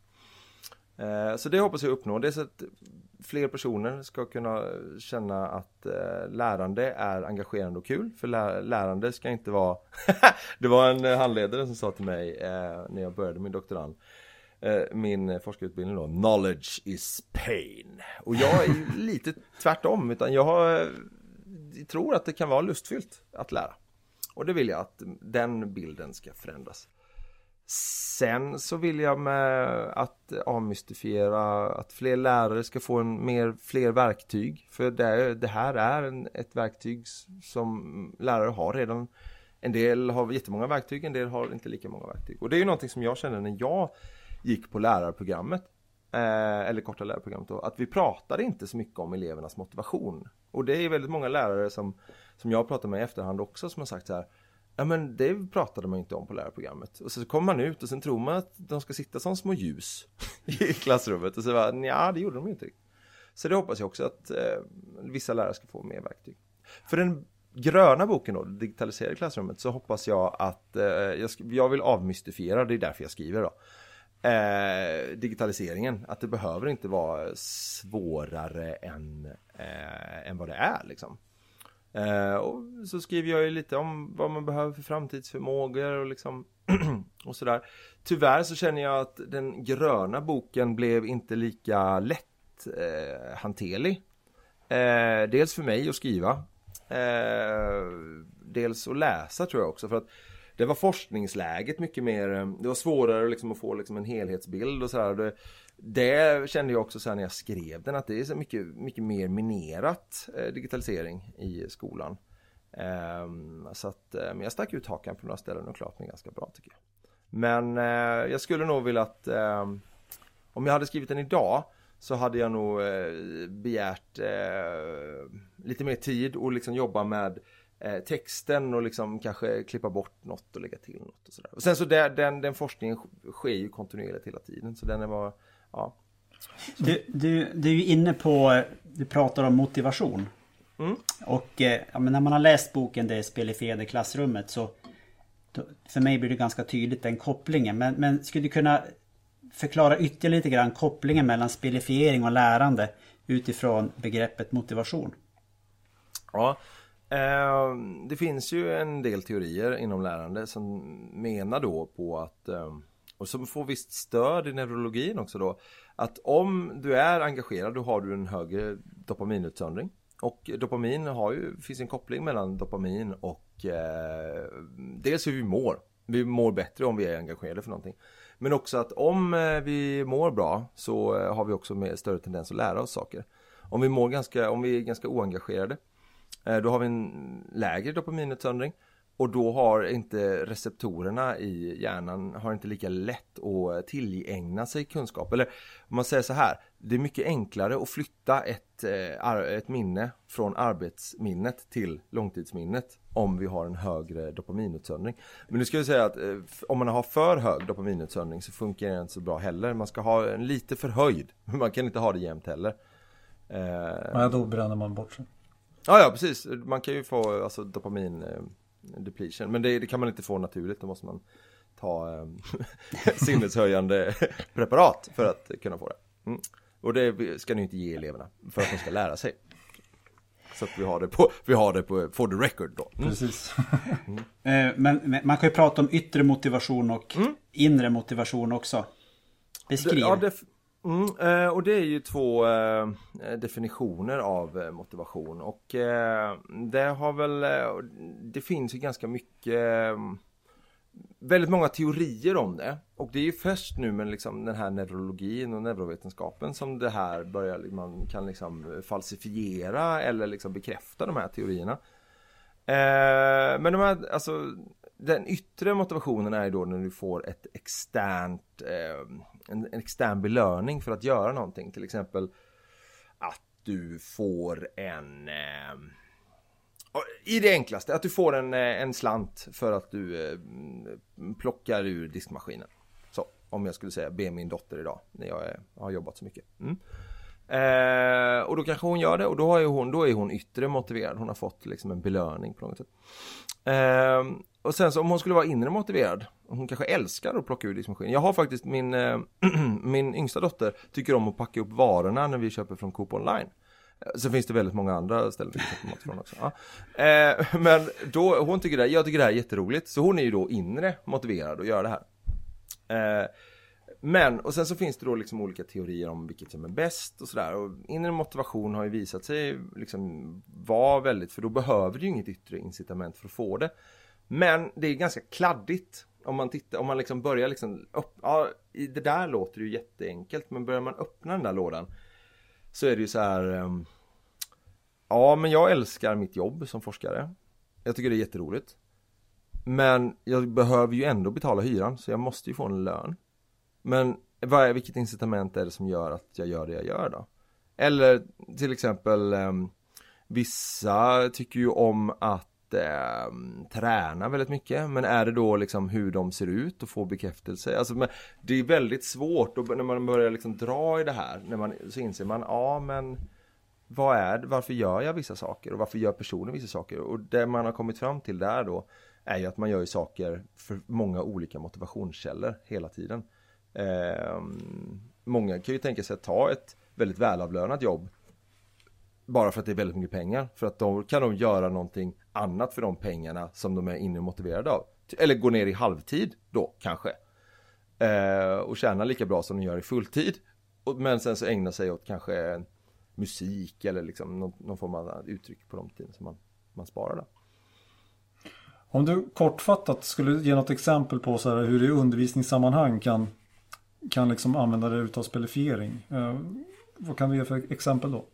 Eh, så det hoppas jag uppnå. Det är så att fler personer ska kunna känna att eh, lärande är engagerande och kul. För lä- lärande ska inte vara... Det var en handledare som sa till mig eh, när jag började min doktorand, eh, min forskarutbildning då, knowledge is pain. Och jag är ju lite tvärtom, utan jag, har, jag tror att det kan vara lustfyllt att lära. Och det vill jag att den bilden ska förändras. Sen så vill jag med att avmystifiera att fler lärare ska få en mer, fler verktyg. För det, det här är en, ett verktyg som lärare har redan. En del har jättemånga verktyg, en del har inte lika många verktyg. Och det är ju någonting som jag kände när jag gick på lärarprogrammet, eh, eller korta lärarprogrammet då, att vi pratade inte så mycket om elevernas motivation. Och det är väldigt många lärare som, som jag pratar med i efterhand också som har sagt så här, ja men det pratade man inte om på lärarprogrammet. Och så kommer man ut och sen tror man att de ska sitta som små ljus i klassrummet. Och så bara, ja det gjorde de inte. Så det hoppas jag också att eh, vissa lärare ska få mer verktyg. För den gröna boken då, digitaliserade klassrummet, så hoppas jag att eh, jag, sk- jag vill avmystifiera, det är därför jag skriver då. Eh, digitaliseringen, att det behöver inte vara svårare än, eh, än vad det är liksom. Uh, och så skriver jag ju lite om vad man behöver för framtidsförmågor och liksom och sådär. Tyvärr så känner jag att den gröna boken blev inte lika lätt uh, hanterlig Eh, dels för mig att skriva. Eh, dels att läsa tror jag också. För att det var forskningsläget mycket mer. Det var svårare liksom att få liksom en helhetsbild och sådär. Det, det kände jag också så här när jag skrev den. Att det är så mycket, mycket mer minerat eh, digitalisering i skolan. Eh, så att eh, jag stack ut hakan på några ställen och klart mig ganska bra tycker jag. Men eh, jag skulle nog vilja att eh, om jag hade skrivit den idag så hade jag nog eh, begärt eh, lite mer tid och liksom jobba med eh, texten och liksom kanske klippa bort något och lägga till något och sådär. Och sen så där, den, den forskningen sker ju kontinuerligt hela tiden så den är bara, ja. Du, du, du är ju inne på, du pratar om motivation. Mm. Och eh, ja, men när man har läst boken Det spelifierade klassrummet så då, för mig blir det ganska tydligt den kopplingen. Men, men skulle du kunna förklara ytterligare lite grann kopplingen mellan spelifiering och lärande utifrån begreppet motivation? Ja, eh, det finns ju en del teorier inom lärande som menar då på att, eh, och som får visst stöd i neurologin också då, att om du är engagerad då har du en högre dopaminutsöndring. Och dopamin har ju, finns en koppling mellan dopamin och eh, dels hur vi mår. Vi mår bättre om vi är engagerade för någonting. Men också att om vi mår bra så har vi också med större tendens att lära oss saker. Om vi mår ganska, om vi är ganska oengagerade, då har vi en lägre dopaminutsöndring. Och då har inte receptorerna i hjärnan har inte lika lätt att tillägna sig kunskap. Eller om man säger så här, det är mycket enklare att flytta ett, ett minne från arbetsminnet till långtidsminnet om vi har en högre dopaminutsöndring. Men nu ska jag säga att om man har för hög dopaminutsöndring så funkar det inte så bra heller. Man ska ha en lite förhöjd, men man kan inte ha det jämnt heller. Ja, då bränner man bort sig. Ja, ja, precis. Man kan ju få alltså, dopamin... depletion. Men det, det kan man inte få naturligt. Då måste man ta eh, sinneshöjande preparat för att kunna få det. Mm. Och det ska ni inte ge eleverna för att de ska lära sig. Så att vi har det på, vi har det på for the record då. Mm. Precis. Mm. men, men man kan ju prata om yttre motivation och mm. inre motivation också. Beskriv. Ja, det, mm, och det är ju två eh, definitioner av eh, motivation och eh, det har väl eh, det finns ju ganska mycket eh, väldigt många teorier om det och det är ju först nu med liksom den här neurologin och neurovetenskapen som det här börjar man kan liksom falsifiera eller liksom bekräfta de här teorierna. Eh, men de här, alltså den yttre motivationen är ju då när du får ett externt eh, en, en extern belöning för att göra någonting. Till exempel att du får en eh, i det enklaste, att du får en, en slant för att du eh, plockar ur diskmaskinen. Så, om jag skulle säga be min dotter idag när jag är, har jobbat så mycket. Mm. Eh, och då kanske hon gör det och då är hon, då är hon yttre motiverad. Hon har fått liksom en belöning på något sätt. Eh, och sen så om hon skulle vara inre motiverad, hon kanske älskar att plocka ur diskmaskinen. Jag har faktiskt min, eh, min yngsta dotter tycker om att packa upp varorna när vi köper från Coop Online. Så finns det väldigt många andra ställen vi köper mat från också. Ja. Eh, men då, hon tycker det, jag tycker det här är jätteroligt. Så hon är ju då inre motiverad att göra det här. Eh, Men, och sen så finns det då liksom olika teorier om vilket som är bäst och sådär. Och inre motivation har ju visat sig liksom vara väldigt, för då behöver du ju inget yttre incitament för att få det. Men det är ganska kladdigt om man tittar, om man liksom börjar liksom, upp, ja, det där låter ju jätteenkelt, men börjar man öppna den där lådan så är det ju så här, um, ja men jag älskar mitt jobb som forskare. Jag tycker det är jätteroligt. Men jag behöver ju ändå betala hyran, så jag måste ju få en lön. Men vad är, vilket incitament är det som gör att jag gör det jag gör då? Eller till exempel um, vissa tycker ju om att um, träna väldigt mycket. Men är det då liksom hur de ser ut och få bekräftelse? Alltså, men det är väldigt svårt och när man börjar liksom dra i det här. När man, så inser man, ja men vad är det? Varför gör jag vissa saker? Och varför gör personen vissa saker? Och det man har kommit fram till där då är ju att man gör ju saker för många olika motivationskällor hela tiden. Eh, många kan ju tänka sig att ta ett väldigt välavlönat jobb bara för att det är väldigt mycket pengar, för att då kan de göra någonting annat för de pengarna som de är inne motiverade av, eller gå ner i halvtid då kanske eh, och tjäna lika bra som de gör i fulltid, och, men sen så ägna sig åt kanske musik eller liksom någon, någon form av uttryck på de tiden som man, man sparar där. Om du kortfattat skulle ge något exempel på så här, hur du i undervisningssammanhang kan, kan liksom använda det utav spelifiering. Eh, vad kan du ge för exempel då?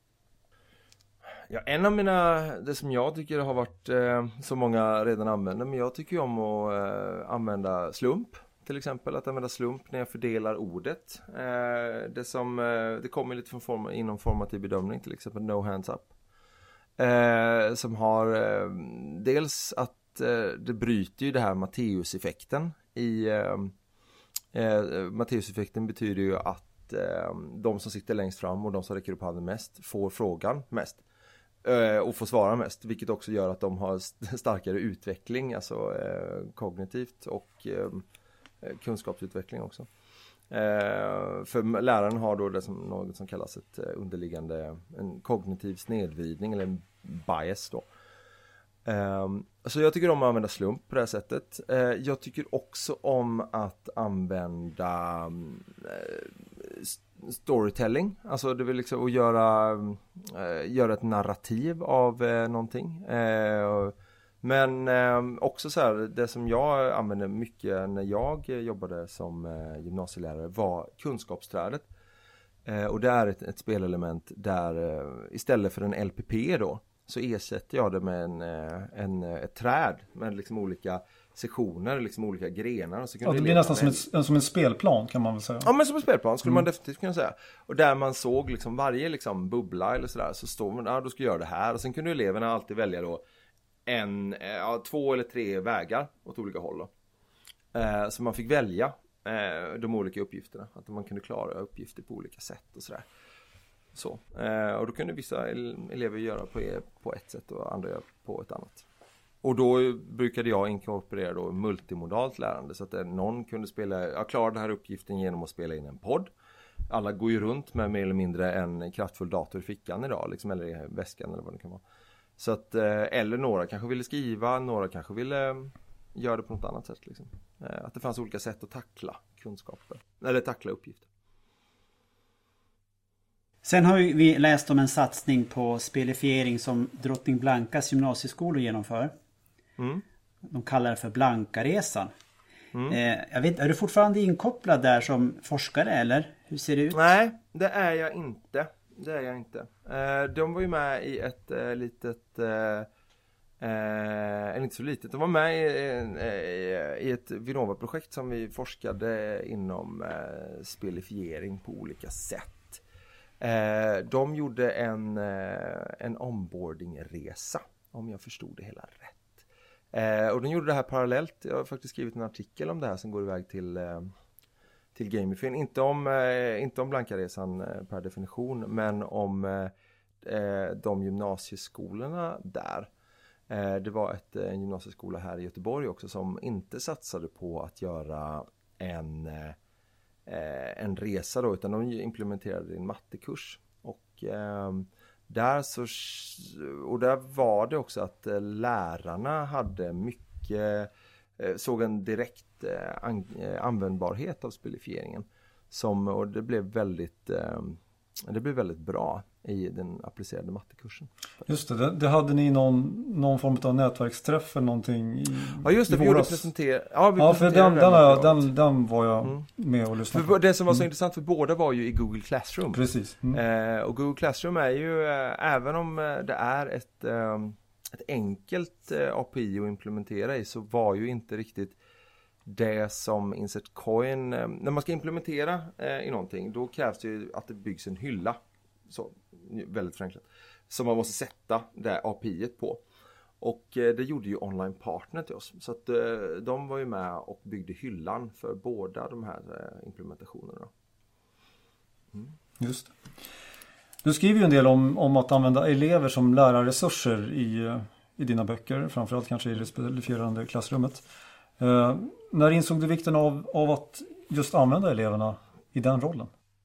Ja, en av mina, det som jag tycker har varit, eh, så många redan använder, men jag tycker ju om att eh, använda slump. Till exempel att använda slump när jag fördelar ordet. Eh, det som, eh, det kommer lite från form, inom formativ bedömning, till exempel no hands up. Eh, som har eh, dels att eh, det bryter ju det här Matteus-effekten. I eh, eh, Matteus-effekten betyder ju att eh, de som sitter längst fram och de som räcker upp handen mest får frågan mest. Och får svara mest, vilket också gör att de har starkare utveckling, alltså eh, kognitivt och eh, kunskapsutveckling också. Eh, för läraren har då det som, något som kallas ett underliggande, en kognitiv snedvridning eller en bias då. Eh, så jag tycker om att använda slump på det här sättet. Eh, jag tycker också om att använda eh, storytelling, alltså det vill liksom att göra, äh, göra ett narrativ av äh, någonting. Äh, men äh, också så här, det som jag använde mycket när jag jobbade som äh, gymnasielärare var kunskapsträdet. Äh, och det är ett, ett spelelement där äh, istället för en L P P då så ersätter jag det med en, en, ett träd med liksom olika sektioner, liksom olika grenar. Och så ja, det blir nästan som, ett, som en spelplan kan man väl säga. Ja, men som en spelplan skulle mm. man definitivt kunna säga. Och där man såg liksom varje liksom bubbla eller sådär, så står man, ja, då ska jag göra det här. Och sen kunde eleverna alltid välja då en, ja, två eller tre vägar åt olika håll då. Eh, så man fick välja eh, de olika uppgifterna. Att man kunde klara uppgifter på olika sätt och sådär. Så. Eh, och då kunde vissa elever göra på, på ett sätt och andra göra på ett annat. Och då brukade jag inkorporera då multimodalt lärande så att någon kunde spela, jag klarade den här uppgiften genom att spela in en podd. Alla går ju runt med mer eller mindre en kraftfull dator i fickan idag, liksom, eller i väskan eller vad det kan vara. Så att, eller några kanske ville skriva, några kanske ville göra det på något annat sätt. Liksom. Att det fanns olika sätt att tackla kunskaper, eller tackla uppgifter. Sen har vi läst om en satsning på spelifiering som Drottning Blankas gymnasieskolor genomför. Mm. De kallar det för Blankaresan. Mm. Eh, jag vet, är du fortfarande inkopplad där som forskare eller? Hur ser det ut? Nej, det är jag inte. Det är jag inte. Eh, de var ju med i ett eh, litet... Eh, eh, inte så litet. De var med i, i, i ett Vinnova-projekt som vi forskade inom eh, spelifiering på olika sätt. Eh, de gjorde en, eh, en onboardingresa, om jag förstod det hela rätt. Eh, och de gjorde det här parallellt. Jag har faktiskt skrivit en artikel om det här som går iväg till, eh, till Gamifin. Inte om, eh, inte om Blankaresan eh, per definition, men om eh, de gymnasieskolorna där. Eh, det var ett, en gymnasieskola här i Göteborg också som inte satsade på att göra en... Eh, en resa då, utan de implementerade en mattekurs och eh, där så och där var det också att eh, lärarna hade mycket eh, såg en direkt eh, an, eh, användbarhet av spelifieringen som, och det blev väldigt eh, det blev väldigt bra i den applicerade mattekursen. Just det, det, det hade ni någon, någon form av nätverksträff eller någonting i, ja, just det, vi gjorde presentera. Ja, vi ja, för den, den, den, den, den var jag mm. med och lyssnade på. Det som var så mm. intressant för båda var ju i Google Classroom. Precis. Mm. Eh, och Google Classroom är ju, eh, även om det är ett, eh, ett enkelt eh, A P I att implementera i, så var ju inte riktigt det som Insert Coin, eh, när man ska implementera eh, i någonting, då krävs det ju att det byggs en hylla. Så, väldigt förenklat. Som man måste sätta det A P I på. Och eh, det gjorde ju Online Partner till oss. Så att eh, de var ju med och byggde hyllan för båda de här eh, implementationerna. Mm. Just det. Du skriver ju en del om, om att använda elever som lärarresurser i, i dina böcker. Framförallt kanske i det spelifierande klassrummet. Eh, när insåg du vikten av, av att just använda eleverna i den rollen?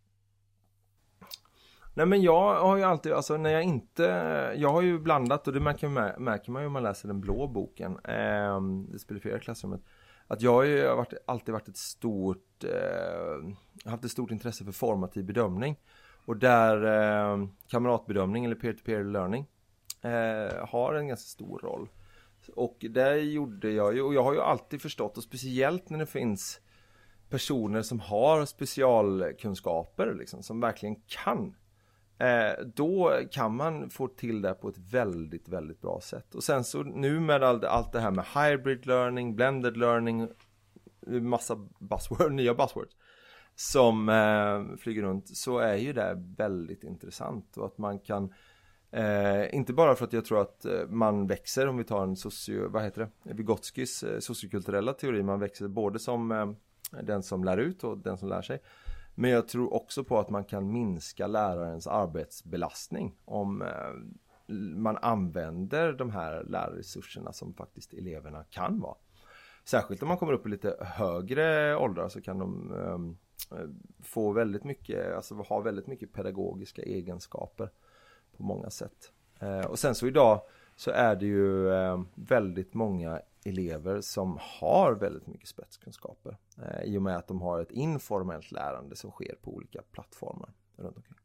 Nej, men jag har ju alltid, alltså när jag inte, jag har ju blandat, och det märker, märker man ju om man läser den blå boken, eh, det spelifierade klassrummet, att jag har ju varit, alltid varit ett stort, eh, haft ett stort intresse för formativ bedömning. Och där eh, kamratbedömning eller peer-to-peer learning eh, har en ganska stor roll. Och det gjorde jag ju, och jag har ju alltid förstått, och speciellt när det finns personer som har specialkunskaper liksom, som verkligen kan. Eh, då kan man få till det på ett väldigt, väldigt bra sätt. Och sen så nu med allt, allt det här med hybrid learning, blended learning, massa buzzword, nya buzzwords som eh, flyger runt, så är ju det väldigt intressant. Och att man kan, eh, inte bara för att jag tror att man växer, om vi tar en socio, vad heter det, Vygotskys eh, sociokulturella teori, man växer både som eh, den som lär ut och den som lär sig. Men jag tror också på att man kan minska lärarens arbetsbelastning om eh, man använder de här lärarresurserna som faktiskt eleverna kan vara. Särskilt om man kommer upp i lite högre åldrar så kan de eh, få väldigt mycket, alltså ha väldigt mycket pedagogiska egenskaper på många sätt. Eh, och sen så idag så är det ju eh, väldigt många elever som har väldigt mycket spetskunskaper eh, i och med att de har ett informellt lärande som sker på olika plattformar runt omkring.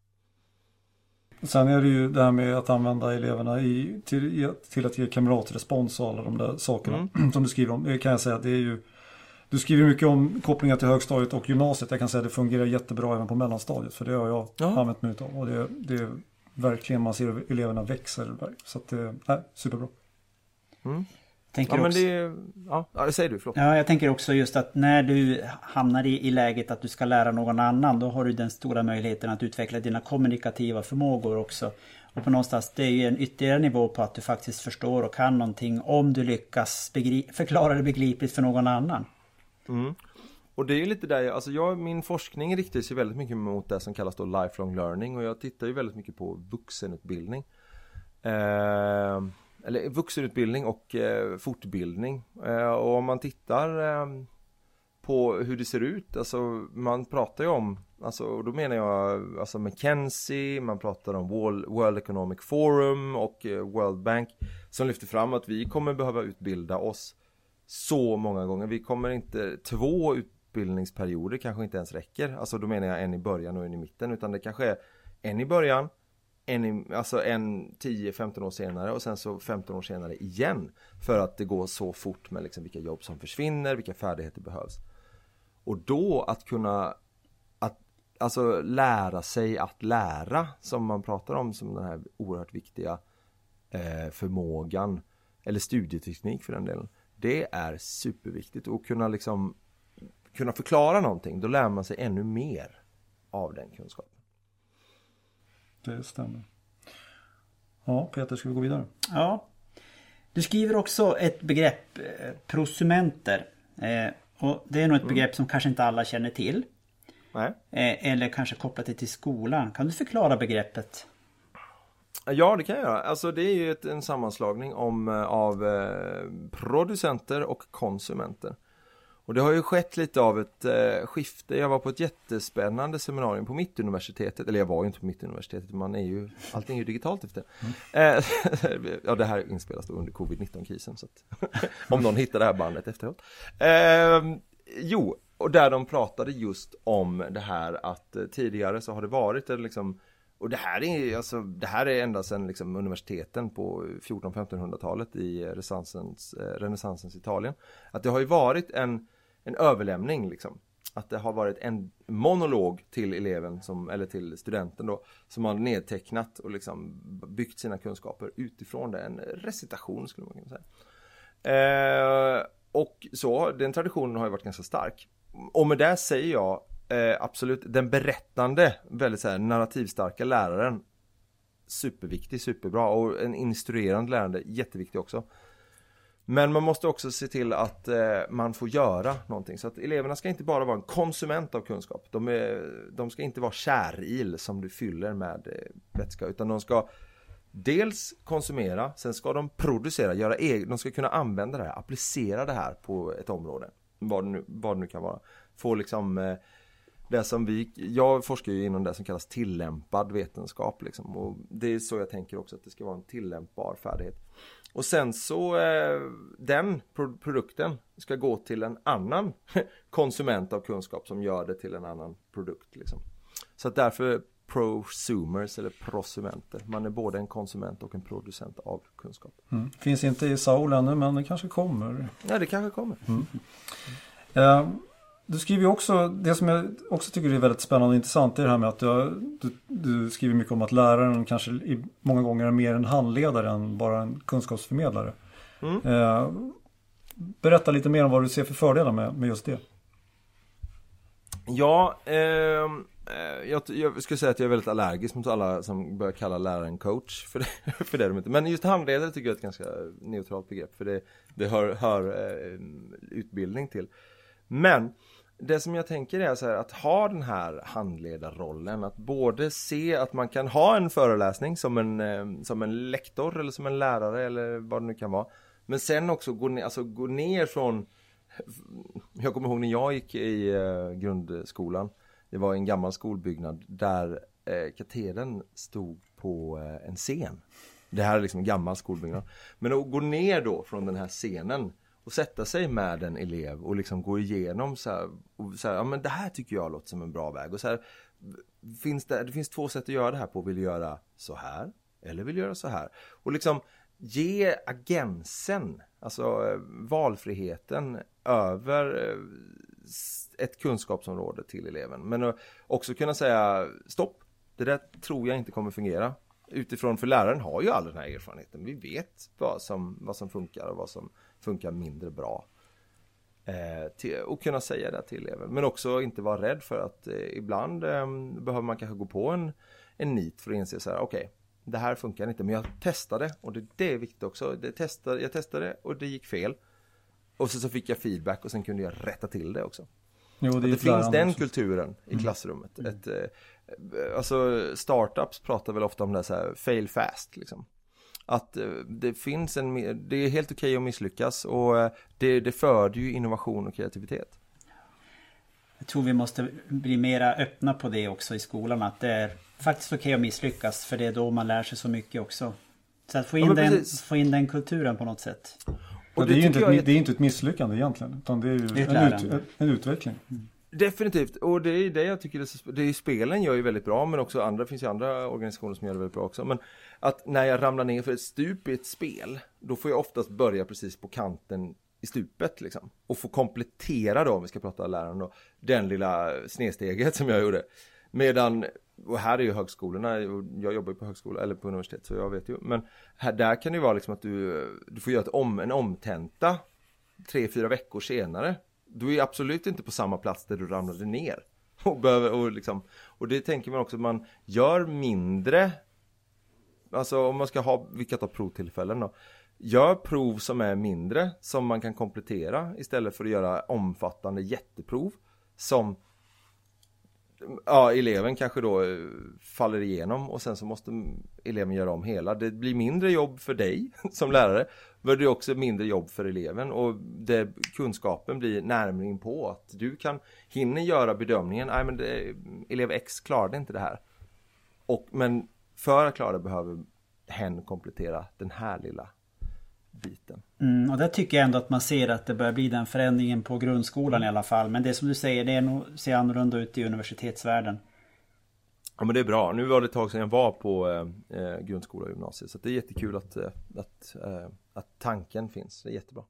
Sen är det ju det här med att använda eleverna i, till, till att ge kamratrespons och alla de där sakerna mm. som du skriver om. Det kan jag säga att det är ju, du skriver mycket om kopplingar till högstadiet och gymnasiet. Jag kan säga att det fungerar jättebra även på mellanstadiet, för det har jag ja. använt mig av. Och det, det är verkligen, man ser att eleverna växer. Så att det är superbra. Mm. Tänker ja, men också, det, ja, det säger du, förlåt. Ja, jag tänker också just att när du hamnar i, i läget att du ska lära någon annan, då har du den stora möjligheten att utveckla dina kommunikativa förmågor också. Och på någonstans, det är ju en ytterligare nivå på att du faktiskt förstår och kan någonting om du lyckas begri- förklara det begripligt för någon annan. Mm. Och det är ju lite där, jag, alltså jag, min forskning riktar sig väldigt mycket mot det som kallas då lifelong learning, och jag tittar ju väldigt mycket på vuxenutbildning. Eh... Eller vuxenutbildning och eh, fortbildning. Eh, och om man tittar eh, på hur det ser ut, alltså man pratar ju om, alltså, och då menar jag alltså McKinsey, man pratar om World, World Economic Forum och eh, World Bank som lyfter fram att vi kommer behöva utbilda oss så många gånger. Vi kommer inte, två utbildningsperioder kanske inte ens räcker. Alltså då menar jag en i början och en i mitten, utan det kanske är en i början, En, i, alltså en tio femton år senare och sen så femton år senare igen, för att det går så fort med liksom vilka jobb som försvinner, vilka färdigheter behövs. Och då att kunna att, alltså lära sig att lära, som man pratar om som den här oerhört viktiga eh, förmågan, eller studieteknik för den delen, det är superviktigt. Och kunna liksom kunna förklara någonting, då lär man sig ännu mer av den kunskapen. Det stämmer. Ja, Peter, ska vi gå vidare? Ja. Du skriver också ett begrepp, eh, prosumenter. Eh, och det är nog ett mm. begrepp som kanske inte alla känner till. Nej. Eh, eller kanske kopplat det till skolan. Kan du förklara begreppet? Ja, det kan jag göra. Alltså det är ju ett, en sammanslagning om, av eh, producenter och konsumenter. Och det har ju skett lite av ett eh, skifte. Jag var på ett jättespännande seminarium på Mittuniversitetet. Eller jag var ju inte på Mittuniversitetet. Man är ju, allting är ju digitalt efter. Mm. Eh, ja, det här inspelas då under covid nitton-krisen. Så att, om någon hittar det här bandet efteråt. Eh, jo, och där de pratade just om det här att eh, tidigare så har det varit en liksom... Och det här är, alltså, det här är ända sedan liksom universiteten på fjorton-femtonhundratalet i renässansens, eh, renässansens Italien. Att det har ju varit en, en överlämning liksom. Att det har varit en monolog till eleven som, eller till studenten då, som har nedtecknat och liksom byggt sina kunskaper utifrån det. En recitation skulle man kunna säga. Eh, och så, den traditionen har ju varit ganska stark. Och med det säger jag Eh, absolut, den berättande, väldigt så här, narrativstarka läraren, superviktig, superbra, och en instruerande lärande, jätteviktig också. Men man måste också se till att eh, man får göra någonting, så att eleverna ska inte bara vara en konsument av kunskap. De, är, de ska inte vara käril som du fyller med eh, vätska, utan de ska dels konsumera, sen ska de producera, göra egen, de ska kunna använda det här, applicera det här på ett område, vad det nu, vad det nu kan vara. Få liksom eh, det som vi, jag forskar ju inom det som kallas tillämpad vetenskap liksom, och det är så jag tänker också, att det ska vara en tillämpbar färdighet. Och sen så eh, den pro- produkten ska gå till en annan konsument av kunskap som gör det till en annan produkt liksom. Så att därför prosumers eller prosumenter. Man är både en konsument och en producent av kunskap. Mm. Finns inte i Saul ännu, men det kanske kommer. Ja, det kanske kommer. Mm. Uh, du skriver ju också, det som jag också tycker är väldigt spännande och intressant är det här med att du, du, du skriver mycket om att läraren kanske i, många gånger är mer en handledare än bara en kunskapsförmedlare. Mm. Uh, berätta lite mer om vad du ser för fördelar med, med just det. Ja, eh, jag, jag skulle säga att jag är väldigt allergisk mot alla som börjar kalla läraren coach för det, för det de inte. Men just handledare tycker jag är ett ganska neutralt begrepp, för det, det hör, hör eh, utbildning till. Men det som jag tänker är så här, att ha den här handledarrollen, att både se att man kan ha en föreläsning som en, eh, som en lektor eller som en lärare eller vad det nu kan vara. Men sen också gå ner, alltså gå ner från... Jag kommer ihåg när jag gick i eh, grundskolan. Det var en gammal skolbyggnad där eh, katedern stod på eh, en scen. Det här är liksom en gammal skolbyggnad. Men att gå ner då från den här scenen och sätta sig med en elev och liksom gå igenom så här, och så här, ja men det här tycker jag låter som en bra väg. Och så här, finns det, det finns två sätt att göra det här på. Vill du göra så här eller vill du göra så här? Och liksom ge agensen, alltså valfriheten över ett kunskapsområde till eleven. Men också kunna säga stopp, det där tror jag inte kommer fungera. Utifrån, för läraren har ju all den här erfarenheten. Vi vet vad som, vad som funkar och vad som funkar mindre bra. Eh, till, och kunna säga det till eleven. Men också inte vara rädd för att eh, ibland eh, behöver man kanske gå på en, en nit för att inse så här, okej. Okay, det här funkar inte, men jag testade och det, det är viktigt också. Det testade, jag testade och det gick fel. Och så, så fick jag feedback och sen kunde jag rätta till det också. Jo, det, det finns den också. Kulturen i mm. klassrummet. Mm. Ett, eh, alltså startups pratar väl ofta om det så här, fail fast liksom. Att eh, det finns en, det är helt okej att misslyckas och eh, det, det föder ju innovation och kreativitet. Jag tror vi måste bli mera öppna på det också i skolan, att det är faktiskt okej att misslyckas, för det är då man lär sig så mycket också. Så att få in, ja, den, få in den kulturen på något sätt. Och det, det, är inte ett, är... det är inte ett misslyckande egentligen, utan det är ju det är en, ut, en utveckling. Mm. Definitivt, och det är det jag tycker det, det är, spelen gör ju väldigt bra, men också andra, det finns ju andra organisationer som gör det väldigt bra också. Men att när jag ramlar ner för ett stup i ett spel, då får jag oftast börja precis på kanten i stupet liksom. Och få komplettera då, om vi ska prata läraren då, den lilla snedsteget som jag gjorde. Medan, och här är ju högskolorna, jag jobbar ju på högskola eller på universitet så jag vet ju, men här, där kan det ju vara liksom att du, du får göra ett om, en omtenta tre, fyra veckor senare. Du är absolut inte på samma plats där du ramlade ner. Och, behöver, och, liksom, och det tänker man också att man gör mindre, alltså om man ska ha, vilka tar provtillfällen då, gör prov som är mindre, som man kan komplettera istället för att göra omfattande jätteprov som ja, eleven kanske då faller igenom och sen så måste eleven göra om hela. Det blir mindre jobb för dig som lärare, men det är också mindre jobb för eleven, och det, kunskapen blir närmare in på att du kan hinna göra bedömningen. Nej, men det, elev X klarade inte det här. Och, men för att klara det behöver hen komplettera den här lilla biten. Mm, och där tycker jag ändå att man ser att det börjar bli den förändringen på grundskolan i alla fall. Men det som du säger, det är nog, ser annorlunda ut i universitetsvärlden. Ja, men det är bra. Nu var det ett tag sedan jag var på eh, grundskola och gymnasiet, så det är jättekul att, att, eh, att tanken finns. Det är jättebra.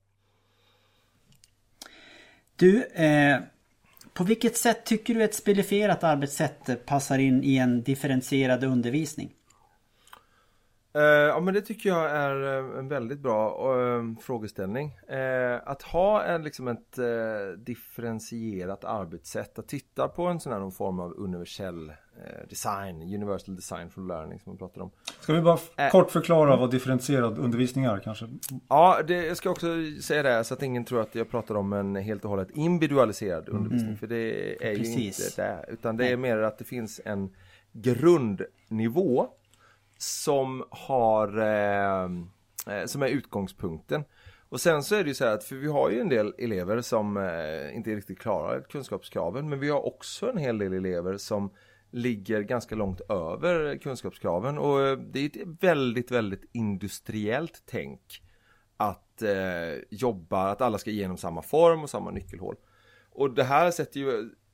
Du, eh, på vilket sätt tycker du ett spelifierat arbetssätt passar in i en differentierad undervisning? Uh, ja, men det tycker jag är uh, en väldigt bra uh, frågeställning. Uh, att ha en, liksom ett uh, differentierat arbetssätt, att titta på en sån här någon form av universell uh, design, universal design for learning som man pratar om. Ska vi bara f- uh, kort förklara vad differentierad undervisning är kanske? Ja, det, jag ska också säga det så att ingen tror att jag pratar om en helt och hållet individualiserad mm. undervisning, för det är Precis. ju inte det, utan det är mer att det finns en grundnivå som har eh, som är utgångspunkten. Och sen så är det ju så här att, för vi har ju en del elever som eh, inte riktigt klarar kunskapskraven, men vi har också en hel del elever som ligger ganska långt över kunskapskraven, och eh, det är ett väldigt väldigt industriellt tänk att eh, jobba, att alla ska igenom samma form och samma nyckelhål. Och det här sätter ju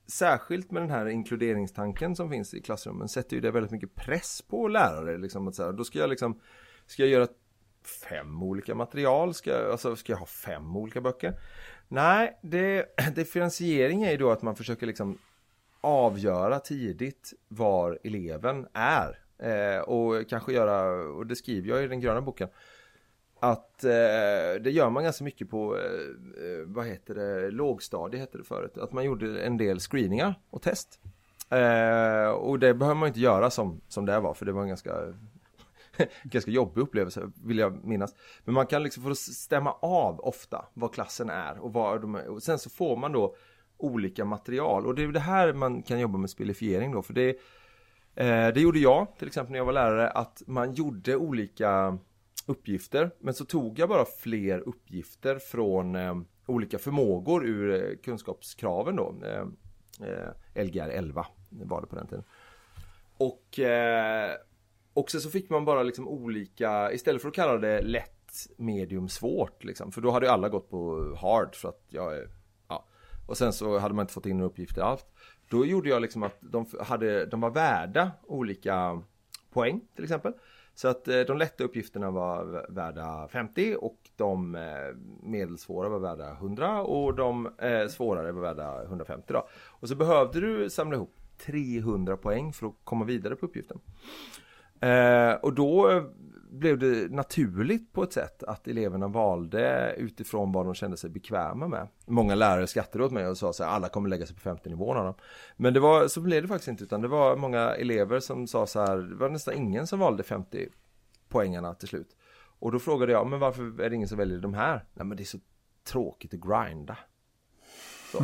särskilt med den här inkluderingstanken som finns i klassrummen sätter ju det väldigt mycket press på lärare. Liksom, att så här, då ska jag liksom, ska jag göra fem olika material? Ska jag, alltså, ska jag ha fem olika böcker? Nej, det, differentiering är ju då att man försöker liksom avgöra tidigt var eleven är. Eh, och kanske göra, och det skriver jag i den gröna boken, att eh, det gör man ganska mycket på, eh, vad heter det, lågstadie heter det förut. Att man gjorde en del screeningar och test. Eh, och det behöver man inte göra som, som det var, för det var en ganska, ganska jobbig upplevelse, vill jag minnas. Men man kan liksom få stämma av ofta vad klassen är. Och, vad de är. Och sen så får man då olika material. Och det är det här man kan jobba med spelifiering då. För det, eh, det gjorde jag till exempel när jag var lärare, att man gjorde olika uppgifter, men så tog jag bara fler uppgifter från eh, olika förmågor ur eh, kunskapskraven då. Eh, eh, L G R elva var det på den tiden. Och eh, också så fick man bara liksom olika, istället för att kalla det lätt, medium, svårt liksom, för då hade ju alla gått på hard för att jag är, ja. Och sen så hade man inte fått in några uppgifter allt. Då gjorde jag liksom att de, hade, de var värda olika poäng till exempel. Så att eh, de lätta uppgifterna var värda femtio och de eh, medelsvåra var värda hundra och de eh, svårare var värda hundrafemtio då. Och så behövde du samla ihop trehundra poäng för att komma vidare på uppgiften. Eh, och då blev det naturligt på ett sätt att eleverna valde utifrån vad de kände sig bekväma med. Många lärare skrattade åt mig och sa så här, alla kommer lägga sig på femtio nivån. Men det var, så blev det faktiskt inte, utan det var många elever som sa så här, det var nästan ingen som valde femtio poängarna till slut. Och då frågade jag, men varför är det ingen som väljer de här? Nej, men det är så tråkigt att grinda. Så,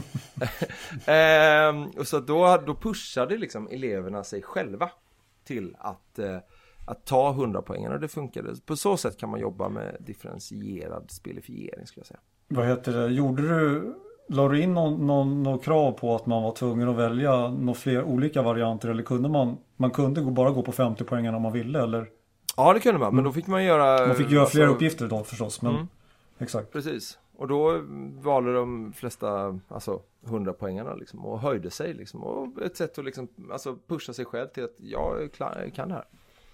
ehm, och så då, då pushade liksom eleverna sig själva till att, eh, att ta hundra poängen, och det funkade. På så sätt kan man jobba med differentierad spelifiering, skulle jag säga. Vad heter det? Gjorde du, la du in någon, någon, någon krav på att man var tvungen att välja några fler olika varianter, eller kunde man, man kunde bara gå på femtio poängen om man ville, eller? Ja, det kunde man, men då fick man göra... Man fick göra fler alltså, uppgifter då förstås, men mm. Exakt. Precis. Och då valde de flesta, alltså hundra poängarna liksom, och höjde sig liksom, och ett sätt att liksom, alltså pusha sig själv till att jag kan det här.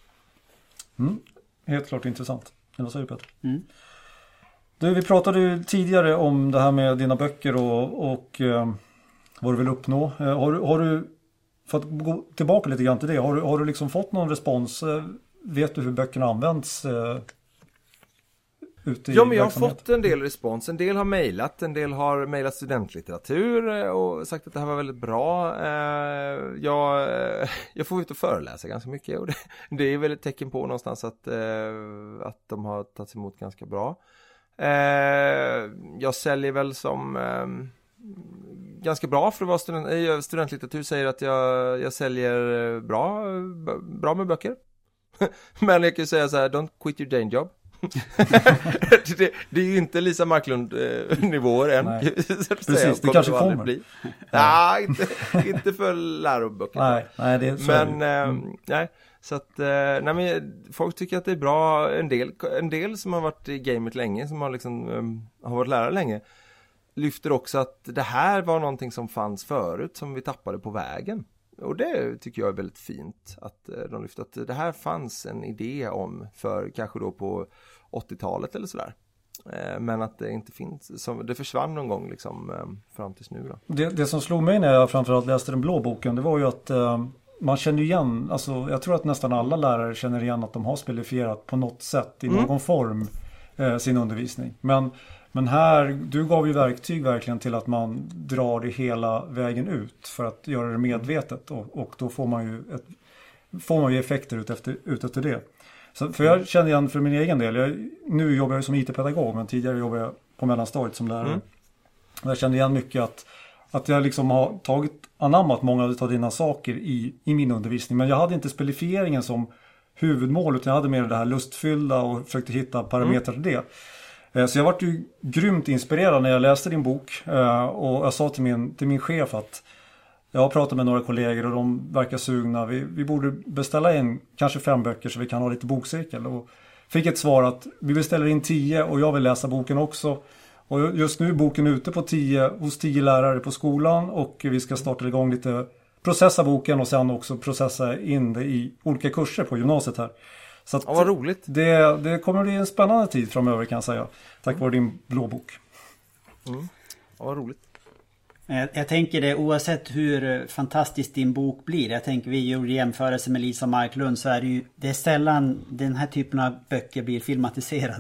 Mm. Helt klart intressant. Det var så Peter. Mm. Du, vi pratade ju tidigare om det här med dina böcker och, och eh, vad du vill uppnå. Eh, har, har du, för att gå tillbaka lite grann till det, har du, har du liksom fått någon respons? Eh, vet du hur böckerna används? Eh, Ja, men jag har fått en del respons. En del har mejlat, en del har mejlat studentlitteratur och sagt att det här var väldigt bra. Jag, jag får ut och föreläsa ganska mycket, och det, det är väl ett tecken på någonstans att, att de har tagits emot ganska bra. Jag säljer väl som ganska bra för att vara student, studentlitteratur, säger att jag, jag säljer bra, bra med böcker. Men jag kan ju säga så här, don't quit your day job. det, det är ju inte Lisa Marklund eh, nivåer än. Precis, det kanske kommer. Bli. Nej, inte, inte för läroböcker. Nej, nej, det är så. Men eh, nej, så att eh, nej, men folk tycker att det är bra. En del, en del som har varit i gamet länge, som har liksom eh, har varit lärare länge, lyfter också att det här var någonting som fanns förut som vi tappade på vägen. Och det tycker jag är väldigt fint, att de lyfter att det här fanns en idé om för kanske då på åttiotalet eller sådär. Men att det inte finns, som det försvann någon gång liksom fram tills nu då. Det, det som slog mig när jag framförallt läste den blå boken, det var ju att eh, man känner igen, alltså jag tror att nästan alla lärare känner igen att de har spelifierat på något sätt i någon mm. form eh, sin undervisning. Men Men här, du gav ju verktyg verkligen till att man drar det hela vägen ut för att göra det medvetet. Och, och då får man ju, ett, får man ju effekter ut efter, ut efter det. Så, för jag känner igen för min egen del, jag, nu jobbar jag som I T-pedagog, men tidigare jobbade jag på mellanstadiet som lärare. Mm. Och jag kände igen mycket att, att jag liksom har tagit, anammat många av dina saker i, i min undervisning. Men jag hade inte spelifieringen som huvudmål, utan jag hade mer det här lustfyllda och försökte hitta parametrar till det. Så jag var ju grymt inspirerad när jag läste din bok, och jag sa till min, till min chef att jag har pratat med några kollegor och de verkar sugna. Vi, vi borde beställa in kanske fem böcker så vi kan ha lite bokcirkel. Och fick ett svar att vi beställer in tio och jag vill läsa boken också. Och just nu är boken ute på tio, hos tio lärare på skolan och vi ska starta igång lite, processa boken och sen också processa in det i olika kurser på gymnasiet här. Så att ja, vad roligt. Det, det kommer att bli en spännande tid framöver kan jag säga. Tack mm. vare din blå bok. Mm. Ja, vad roligt. Jag, jag tänker det oavsett hur fantastiskt din bok blir. Jag tänker vi gjorde jämförelse med Lisa Marklund så är det ju det är sällan den här typen av böcker blir filmatiserade.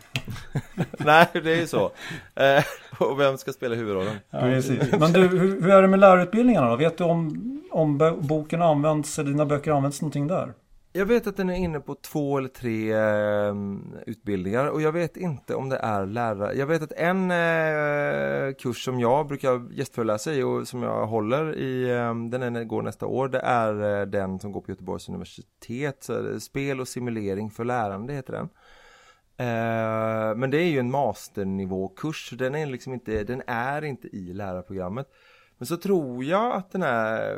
Nej, det är ju så. Eh, och vem ska spela huvudrollen? Ja, precis. Men du, hur, hur är det med lärarutbildningarna då? Vet du om, om boken används, eller dina böcker används någonting där? Jag vet att den är inne på två eller tre eh, utbildningar och jag vet inte om det är lärare. Jag vet att en eh, kurs som jag brukar gästföreläsa i och som jag håller i, eh, den är, går nästa år, det är eh, den som går på Göteborgs universitet. Så, spel och simulering för lärande heter den. Eh, men det är ju en masternivåkurs, den är liksom inte, den är inte i lärarprogrammet. Men så tror jag att den är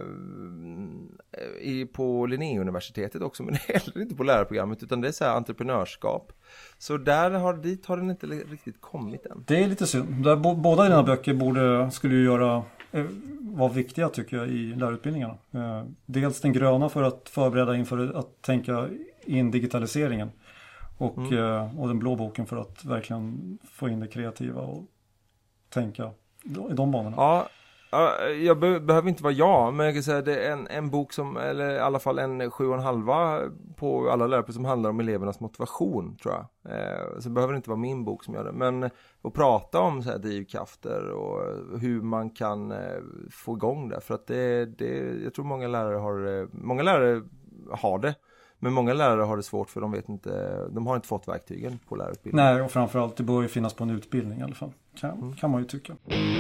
i, på Linnéuniversitetet också, men det är heller inte på lärarprogrammet utan det är så här entreprenörskap. Så där har, dit har den inte riktigt kommit än. Det är lite synd. Där, båda dina böcker borde, skulle ju göra, vara viktiga tycker jag i lärarutbildningarna. Dels den gröna för att förbereda inför att tänka in digitaliseringen. Och, mm. och den blå boken för att verkligen få in det kreativa och tänka i de banorna. Ja. Jag be- behöver inte vara jag, men jag kan säga att det är en, en bok som, eller i alla fall en sju och en halva på alla lärare som handlar om elevernas motivation, tror jag. Eh, så behöver det inte vara min bok som gör det, men att prata om så här drivkrafter och hur man kan eh, få igång det, för att det, det, jag tror många lärare har, många lärare har det, men många lärare har det svårt för de vet inte, de har inte fått verktygen på lärarutbildningen. Nej, och framförallt det bör ju finnas på en utbildning i alla fall, kan, mm. kan man ju tycka.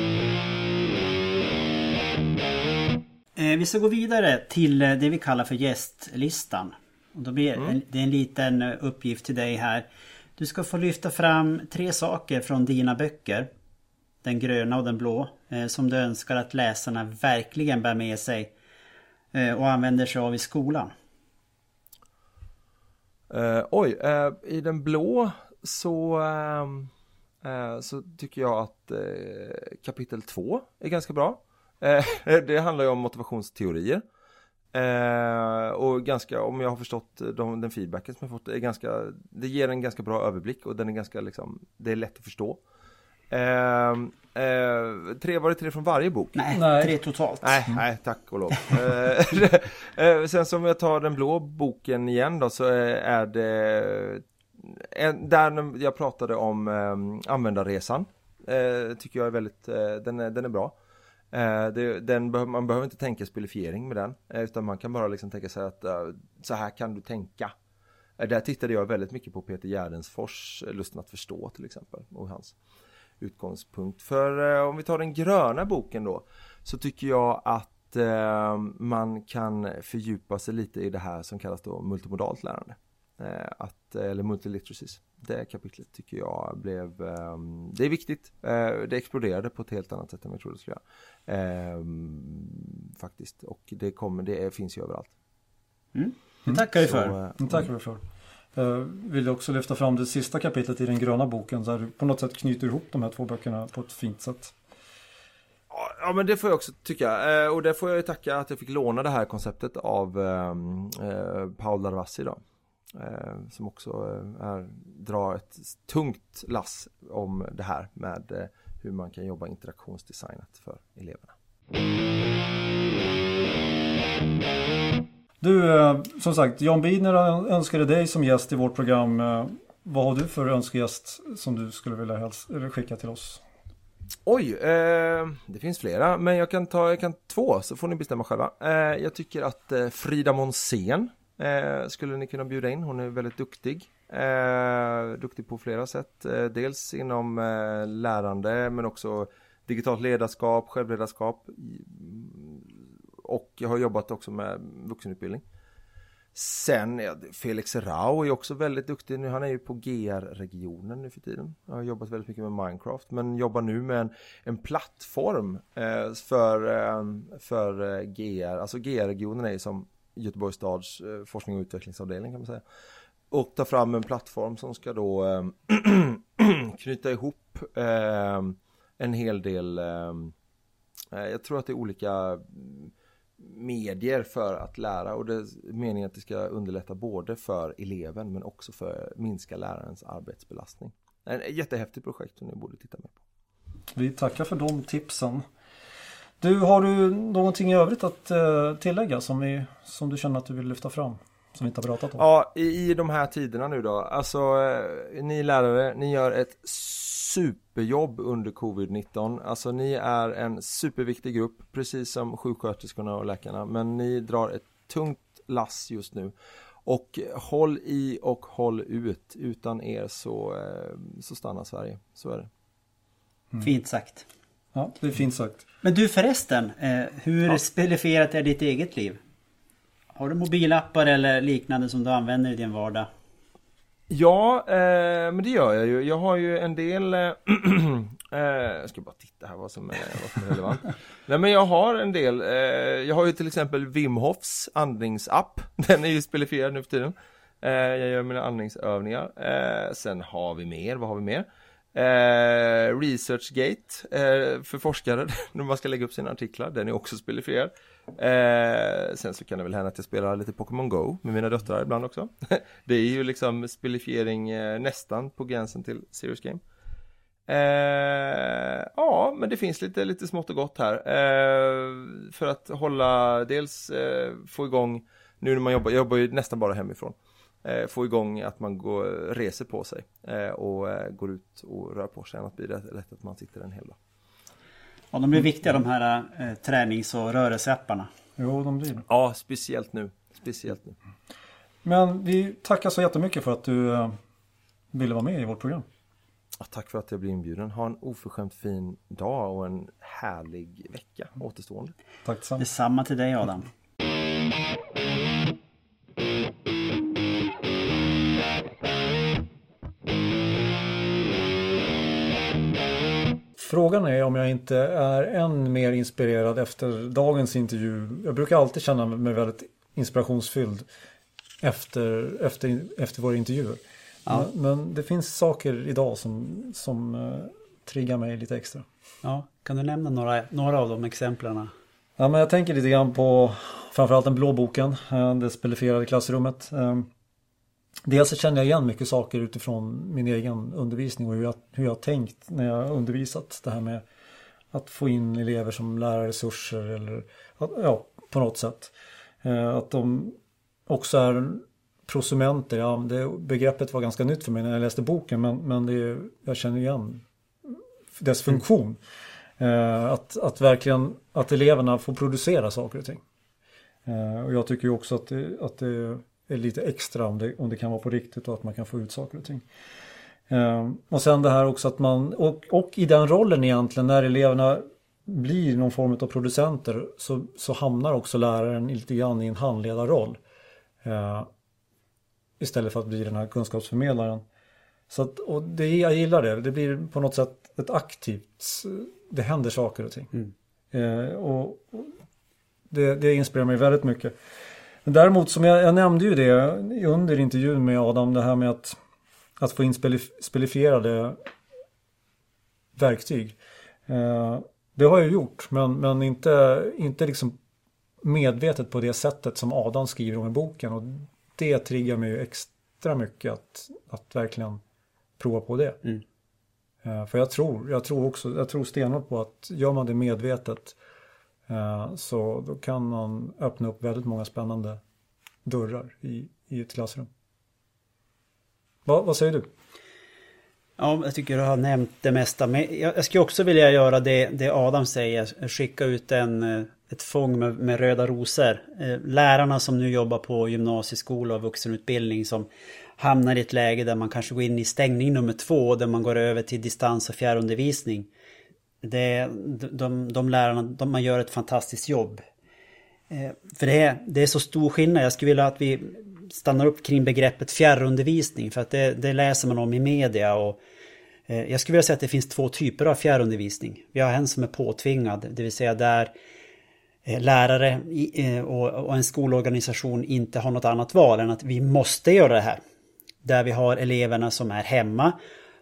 Vi ska gå vidare till det vi kallar för gästlistan. Och då blir mm. det en liten uppgift till dig här. Du ska få lyfta fram tre saker från dina böcker, den gröna och den blå, som du önskar att läsarna verkligen bär med sig och använder sig av i skolan. Uh, oj, uh, i den blå så, uh, uh, så tycker jag att uh, kapitel två är ganska bra. Uh, det handlar ju om motivationsteorier. Uh, och ganska, om jag har förstått de, den feedbacken som jag fått, är ganska, det ger en ganska bra överblick och den är ganska liksom, det är lätt att förstå. Uh, uh, tre, var det tre från varje bok? Nej, nej. tre totalt. Nej, nej, tack och lov. uh, sen som jag tar den blå boken igen då, så är det en, där jag pratade om um, användarresan. Uh, tycker jag är väldigt, uh, den, är, den är bra. Uh, det, den behöver, man behöver inte tänka spelifiering med den, uh, utan man kan bara liksom tänka sig att uh, så här kan du tänka. Uh, där tittade jag väldigt mycket på Peter Gärdensfors Lusten att förstå till exempel, och hans utgångspunkt. För uh, om vi tar den gröna boken då, så tycker jag att uh, man kan fördjupa sig lite i det här som kallas då multimodalt lärande. Uh, att, eller multiliteracies. Det kapitlet tycker jag blev, um, det är viktigt. Uh, det exploderade på ett helt annat sätt än jag trodde det skulle göra. Um, faktiskt. Och det, kommer, det finns ju överallt. Mm. Det tackar vi för. Så, uh, det tackar vi för. Jag vill också lyfta fram det sista kapitlet i den gröna boken där du på något sätt knyter ihop de här två böckerna på ett fint sätt. Ja, men det får jag också tycka. Eh, och det får jag ju tacka att jag fick låna det här konceptet av eh, Paul Darvassi då. Eh, som också är, drar ett tungt lass om det här med eh, hur man kan jobba interaktionsdesignat för eleverna. Du, eh, som sagt, Jan Bidner önskade dig som gäst i vårt program. Eh, vad har du för önskegäst som du skulle vilja helst, eller skicka till oss? Oj, eh, det finns flera, men jag kan ta jag kan två så får ni bestämma själva. Eh, jag tycker att eh, Frida Monsén eh, skulle ni kunna bjuda in. Hon är väldigt duktig. Eh, duktig på flera sätt. Eh, dels inom eh, lärande, men också digitalt ledarskap, självledarskap. Och jag har jobbat också med vuxenutbildning. Sen ja, Felix Rau är också väldigt duktig nu. Han är ju på G R-regionen nu för tiden. Jag har jobbat väldigt mycket med Minecraft, men jobbar nu med en, en plattform eh, för, eh, för eh, G R. Alltså G R-regionen är ju som Göteborgs stads eh, forskning och utvecklingsavdelning kan man säga. Och ta fram en plattform som ska då eh, knyta ihop eh, en hel del, eh, jag tror att det är olika medier för att lära, och det är meningen att det ska underlätta både för eleven men också för att minska lärarens arbetsbelastning. En jättehäftigt projekt som ni borde titta med på. Vi tackar för de tipsen. Du, har du någonting i övrigt att uh, tillägga som, vi, som du känner att du vill lyfta fram? Som vi inte har pratat om? Ja, i, i de här tiderna nu då. Alltså, eh, ni lärare, ni gör ett superjobb under covid nitton. Alltså, ni är en superviktig grupp, precis som sjuksköterskorna och läkarna. Men ni drar ett tungt lass just nu. Och håll i och håll ut. Utan er så, eh, så stannar Sverige. Så är det. Mm. Fint sagt. Ja, det är fint sagt. Men du förresten, eh, hur ja. spelifierat är ditt eget liv? Har du mobilappar eller liknande som du använder i din vardag? Ja, eh, men det gör jag ju. Jag har ju en del... Eh, jag ska bara titta här vad som är, vad som är relevant. Nej, men jag har en del... Eh, jag har ju till exempel Wim Hofs andningsapp. Den är ju spelifierad nu för tiden. Eh, jag gör mina andningsövningar. Eh, sen har vi mer. Vad har vi mer? Eh, ResearchGate eh, för forskare när man ska lägga upp sina artiklar. Den är också spelifierad. Eh, sen så kan det väl hända att jag spelar lite Pokémon Go med mina döttrar ibland också. Det är ju liksom spelifiering eh, nästan på gränsen till Serious Game. Eh, ja, men det finns lite, lite smått och gott här. Eh, för att hålla, dels eh, få igång, nu när man jobbar, jag jobbar ju nästan bara hemifrån. Eh, få igång att man går, reser på sig eh, och eh, går ut och rör på sig. Annars blir det lätt att man sitter en hel dag. Ja, de blir viktiga de här eh, tränings- och rörelseapparna. Jo, de blir det. Ja, speciellt nu. Speciellt nu. Men vi tackar så jättemycket för att du eh, ville vara med i vårt program. Ja, tack för att jag blev inbjuden. Ha en oförskämt fin dag och en härlig vecka återstående. Tack detsamma. Detsamma till dig, Adam. Frågan är om jag inte är än mer inspirerad efter dagens intervju. Jag brukar alltid känna mig väldigt inspirationsfylld efter, efter, efter våra intervjuer. Ja. Men, men det finns saker idag som, som uh, triggar mig lite extra. Ja, kan du nämna några, några av de exemplen? Ja, men jag tänker lite grann på framförallt den blå boken, det spelifierade klassrummet. Dels så känner jag igen mycket saker utifrån min egen undervisning och hur jag, hur jag har tänkt när jag har undervisat. Det här med att få in elever som lärarresurser eller ja, på något sätt. Att de också är prosumenter. Ja, det begreppet var ganska nytt för mig när jag läste boken, men, men det, jag känner igen dess funktion. Mm. Att, att verkligen att eleverna får producera saker och ting. Och jag tycker ju också att det, att det är lite extra om det, om det kan vara på riktigt och att man kan få ut saker och ting. Och sen det här också att man, och, och i den rollen egentligen när eleverna blir någon form av producenter så, så hamnar också läraren lite grann i en handledarroll. Istället för att bli den här kunskapsförmedlaren. Så att, och det, jag gillar det. Det blir på något sätt ett aktivt, det händer saker och ting. Mm. Eh, och, och det, det inspirerar mig väldigt mycket. Men däremot, som jag, jag nämnde ju det under intervjun med Adam, det här med att, att få in spelif- spelifierade verktyg. Eh, det har jag gjort, men, men inte, inte liksom medvetet på det sättet som Adam skriver om i boken. Och det triggar mig ju extra mycket att, att verkligen prova på det. Mm. Uh, för jag tror, jag tror också, jag tror stenhårt på att gör man det medvetet uh, så då kan man öppna upp väldigt många spännande dörrar i, i ett klassrum. Va, vad säger du? Ja, jag tycker du har nämnt det mesta. Men jag, jag skulle också vilja göra det, det Adam säger. Skicka ut en, ett fång med, med röda rosor. Eh, lärarna som nu jobbar på gymnasieskola och vuxenutbildning som hamnar i ett läge där man kanske går in i stängning nummer två. Där man går över till distans- och fjärrundervisning. Det, de, de, de lärarna, de, man gör ett fantastiskt jobb. Eh, för det är, det är så stor skillnad. Jag skulle vilja att vi stannar upp kring begreppet fjärrundervisning. För att det, det läser man om i media. Och, eh, jag skulle vilja säga att det finns två typer av fjärrundervisning. Vi har en som är påtvingad. Det vill säga där eh, lärare i, eh, och, och en skolorganisation inte har något annat val än att vi måste göra det här. Där vi har eleverna som är hemma.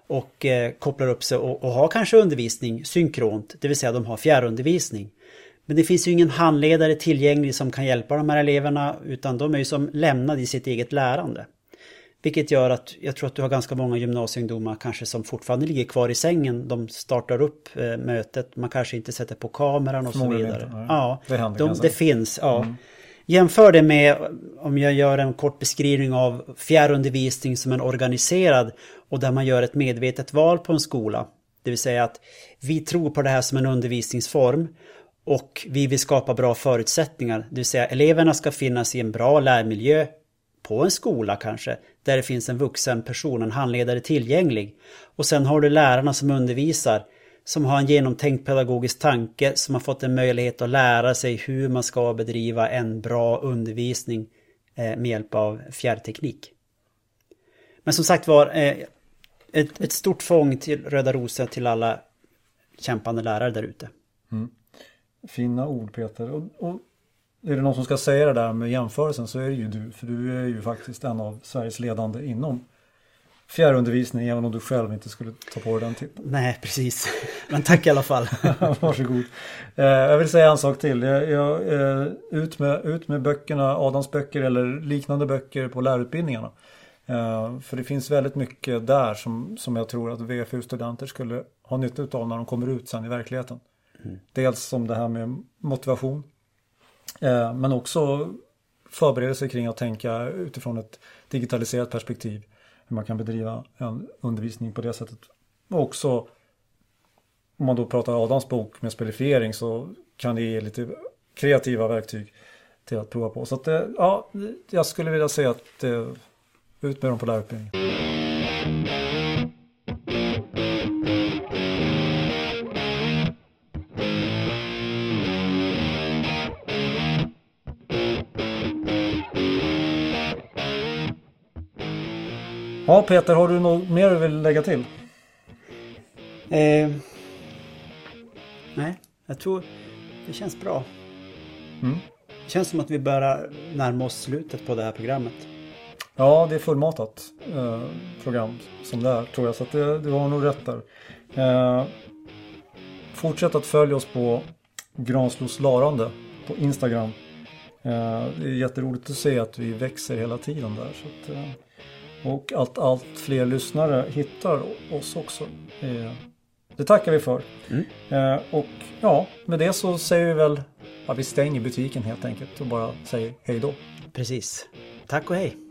och eh, kopplar upp sig och, och har kanske undervisning synkront, det vill säga de har fjärrundervisning. Men det finns ju ingen handledare tillgänglig som kan hjälpa de här eleverna, utan de är ju som lämnade i sitt eget lärande. Vilket gör att jag tror att du har ganska många gymnasieungdomar kanske som fortfarande ligger kvar i sängen. De startar upp eh, mötet, man kanske inte sätter på kameran och så vidare. Inte, ja, det, händer de, det finns, ja. Mm. Jämför det med om jag gör en kort beskrivning av fjärrundervisning som en organiserad och där man gör ett medvetet val på en skola. Det vill säga att vi tror på det här som en undervisningsform och vi vill skapa bra förutsättningar. Det vill säga eleverna ska finnas i en bra lärmiljö på en skola kanske, där det finns en vuxen person, en handledare tillgänglig. Och sen har du lärarna som undervisar, som har en genomtänkt pedagogisk tanke, som har fått en möjlighet att lära sig hur man ska bedriva en bra undervisning med hjälp av fjärrteknik. Men som sagt var, ett, ett stort fång till Röda Rosen till alla kämpande lärare där ute. Mm. Fina ord, Peter. Och, och är det någon som ska säga det där med jämförelsen, så är det ju du. För du är ju faktiskt en av Sveriges ledande inom fjärrundervisning, även om du själv inte skulle ta på dig den titeln. Nej, precis. Men tack i alla fall. Varsågod. Eh, jag vill säga en sak till. Jag, jag, eh, ut, med, ut med böckerna, Adams böcker eller liknande böcker på lärarutbildningarna. Eh, för det finns väldigt mycket där som, som jag tror att V F U-studenter skulle ha nytta av när de kommer ut sen i verkligheten. Mm. Dels som det här med motivation. Eh, men också förberedelse kring att tänka utifrån ett digitaliserat perspektiv. Hur man kan bedriva en undervisning på det sättet. Och också, om man då pratar Adams bok med spelifiering, så kan det ge lite kreativa verktyg till att prova på. Så att det, ja, jag skulle vilja säga att det, ut med dem på lärarutbildningen. Ja, Peter, har du något mer du vill lägga till? Eh, nej, jag tror det känns bra. Mm. Det känns som att vi börjar närma oss slutet på det här programmet. Ja, det är fullmatat eh, program som det är, tror jag. Så att det, det var nog rätt där. Eh, fortsätt att följa oss på Granslos Larande på Instagram. Eh, det är jätteroligt att se att vi växer hela tiden där. Så att, eh, och att allt fler lyssnare hittar oss också. Eh, det tackar vi för. Mm. Eh, och ja, med det så säger vi väl att vi stänger butiken helt enkelt och bara säger hej då. Precis. Tack och hej.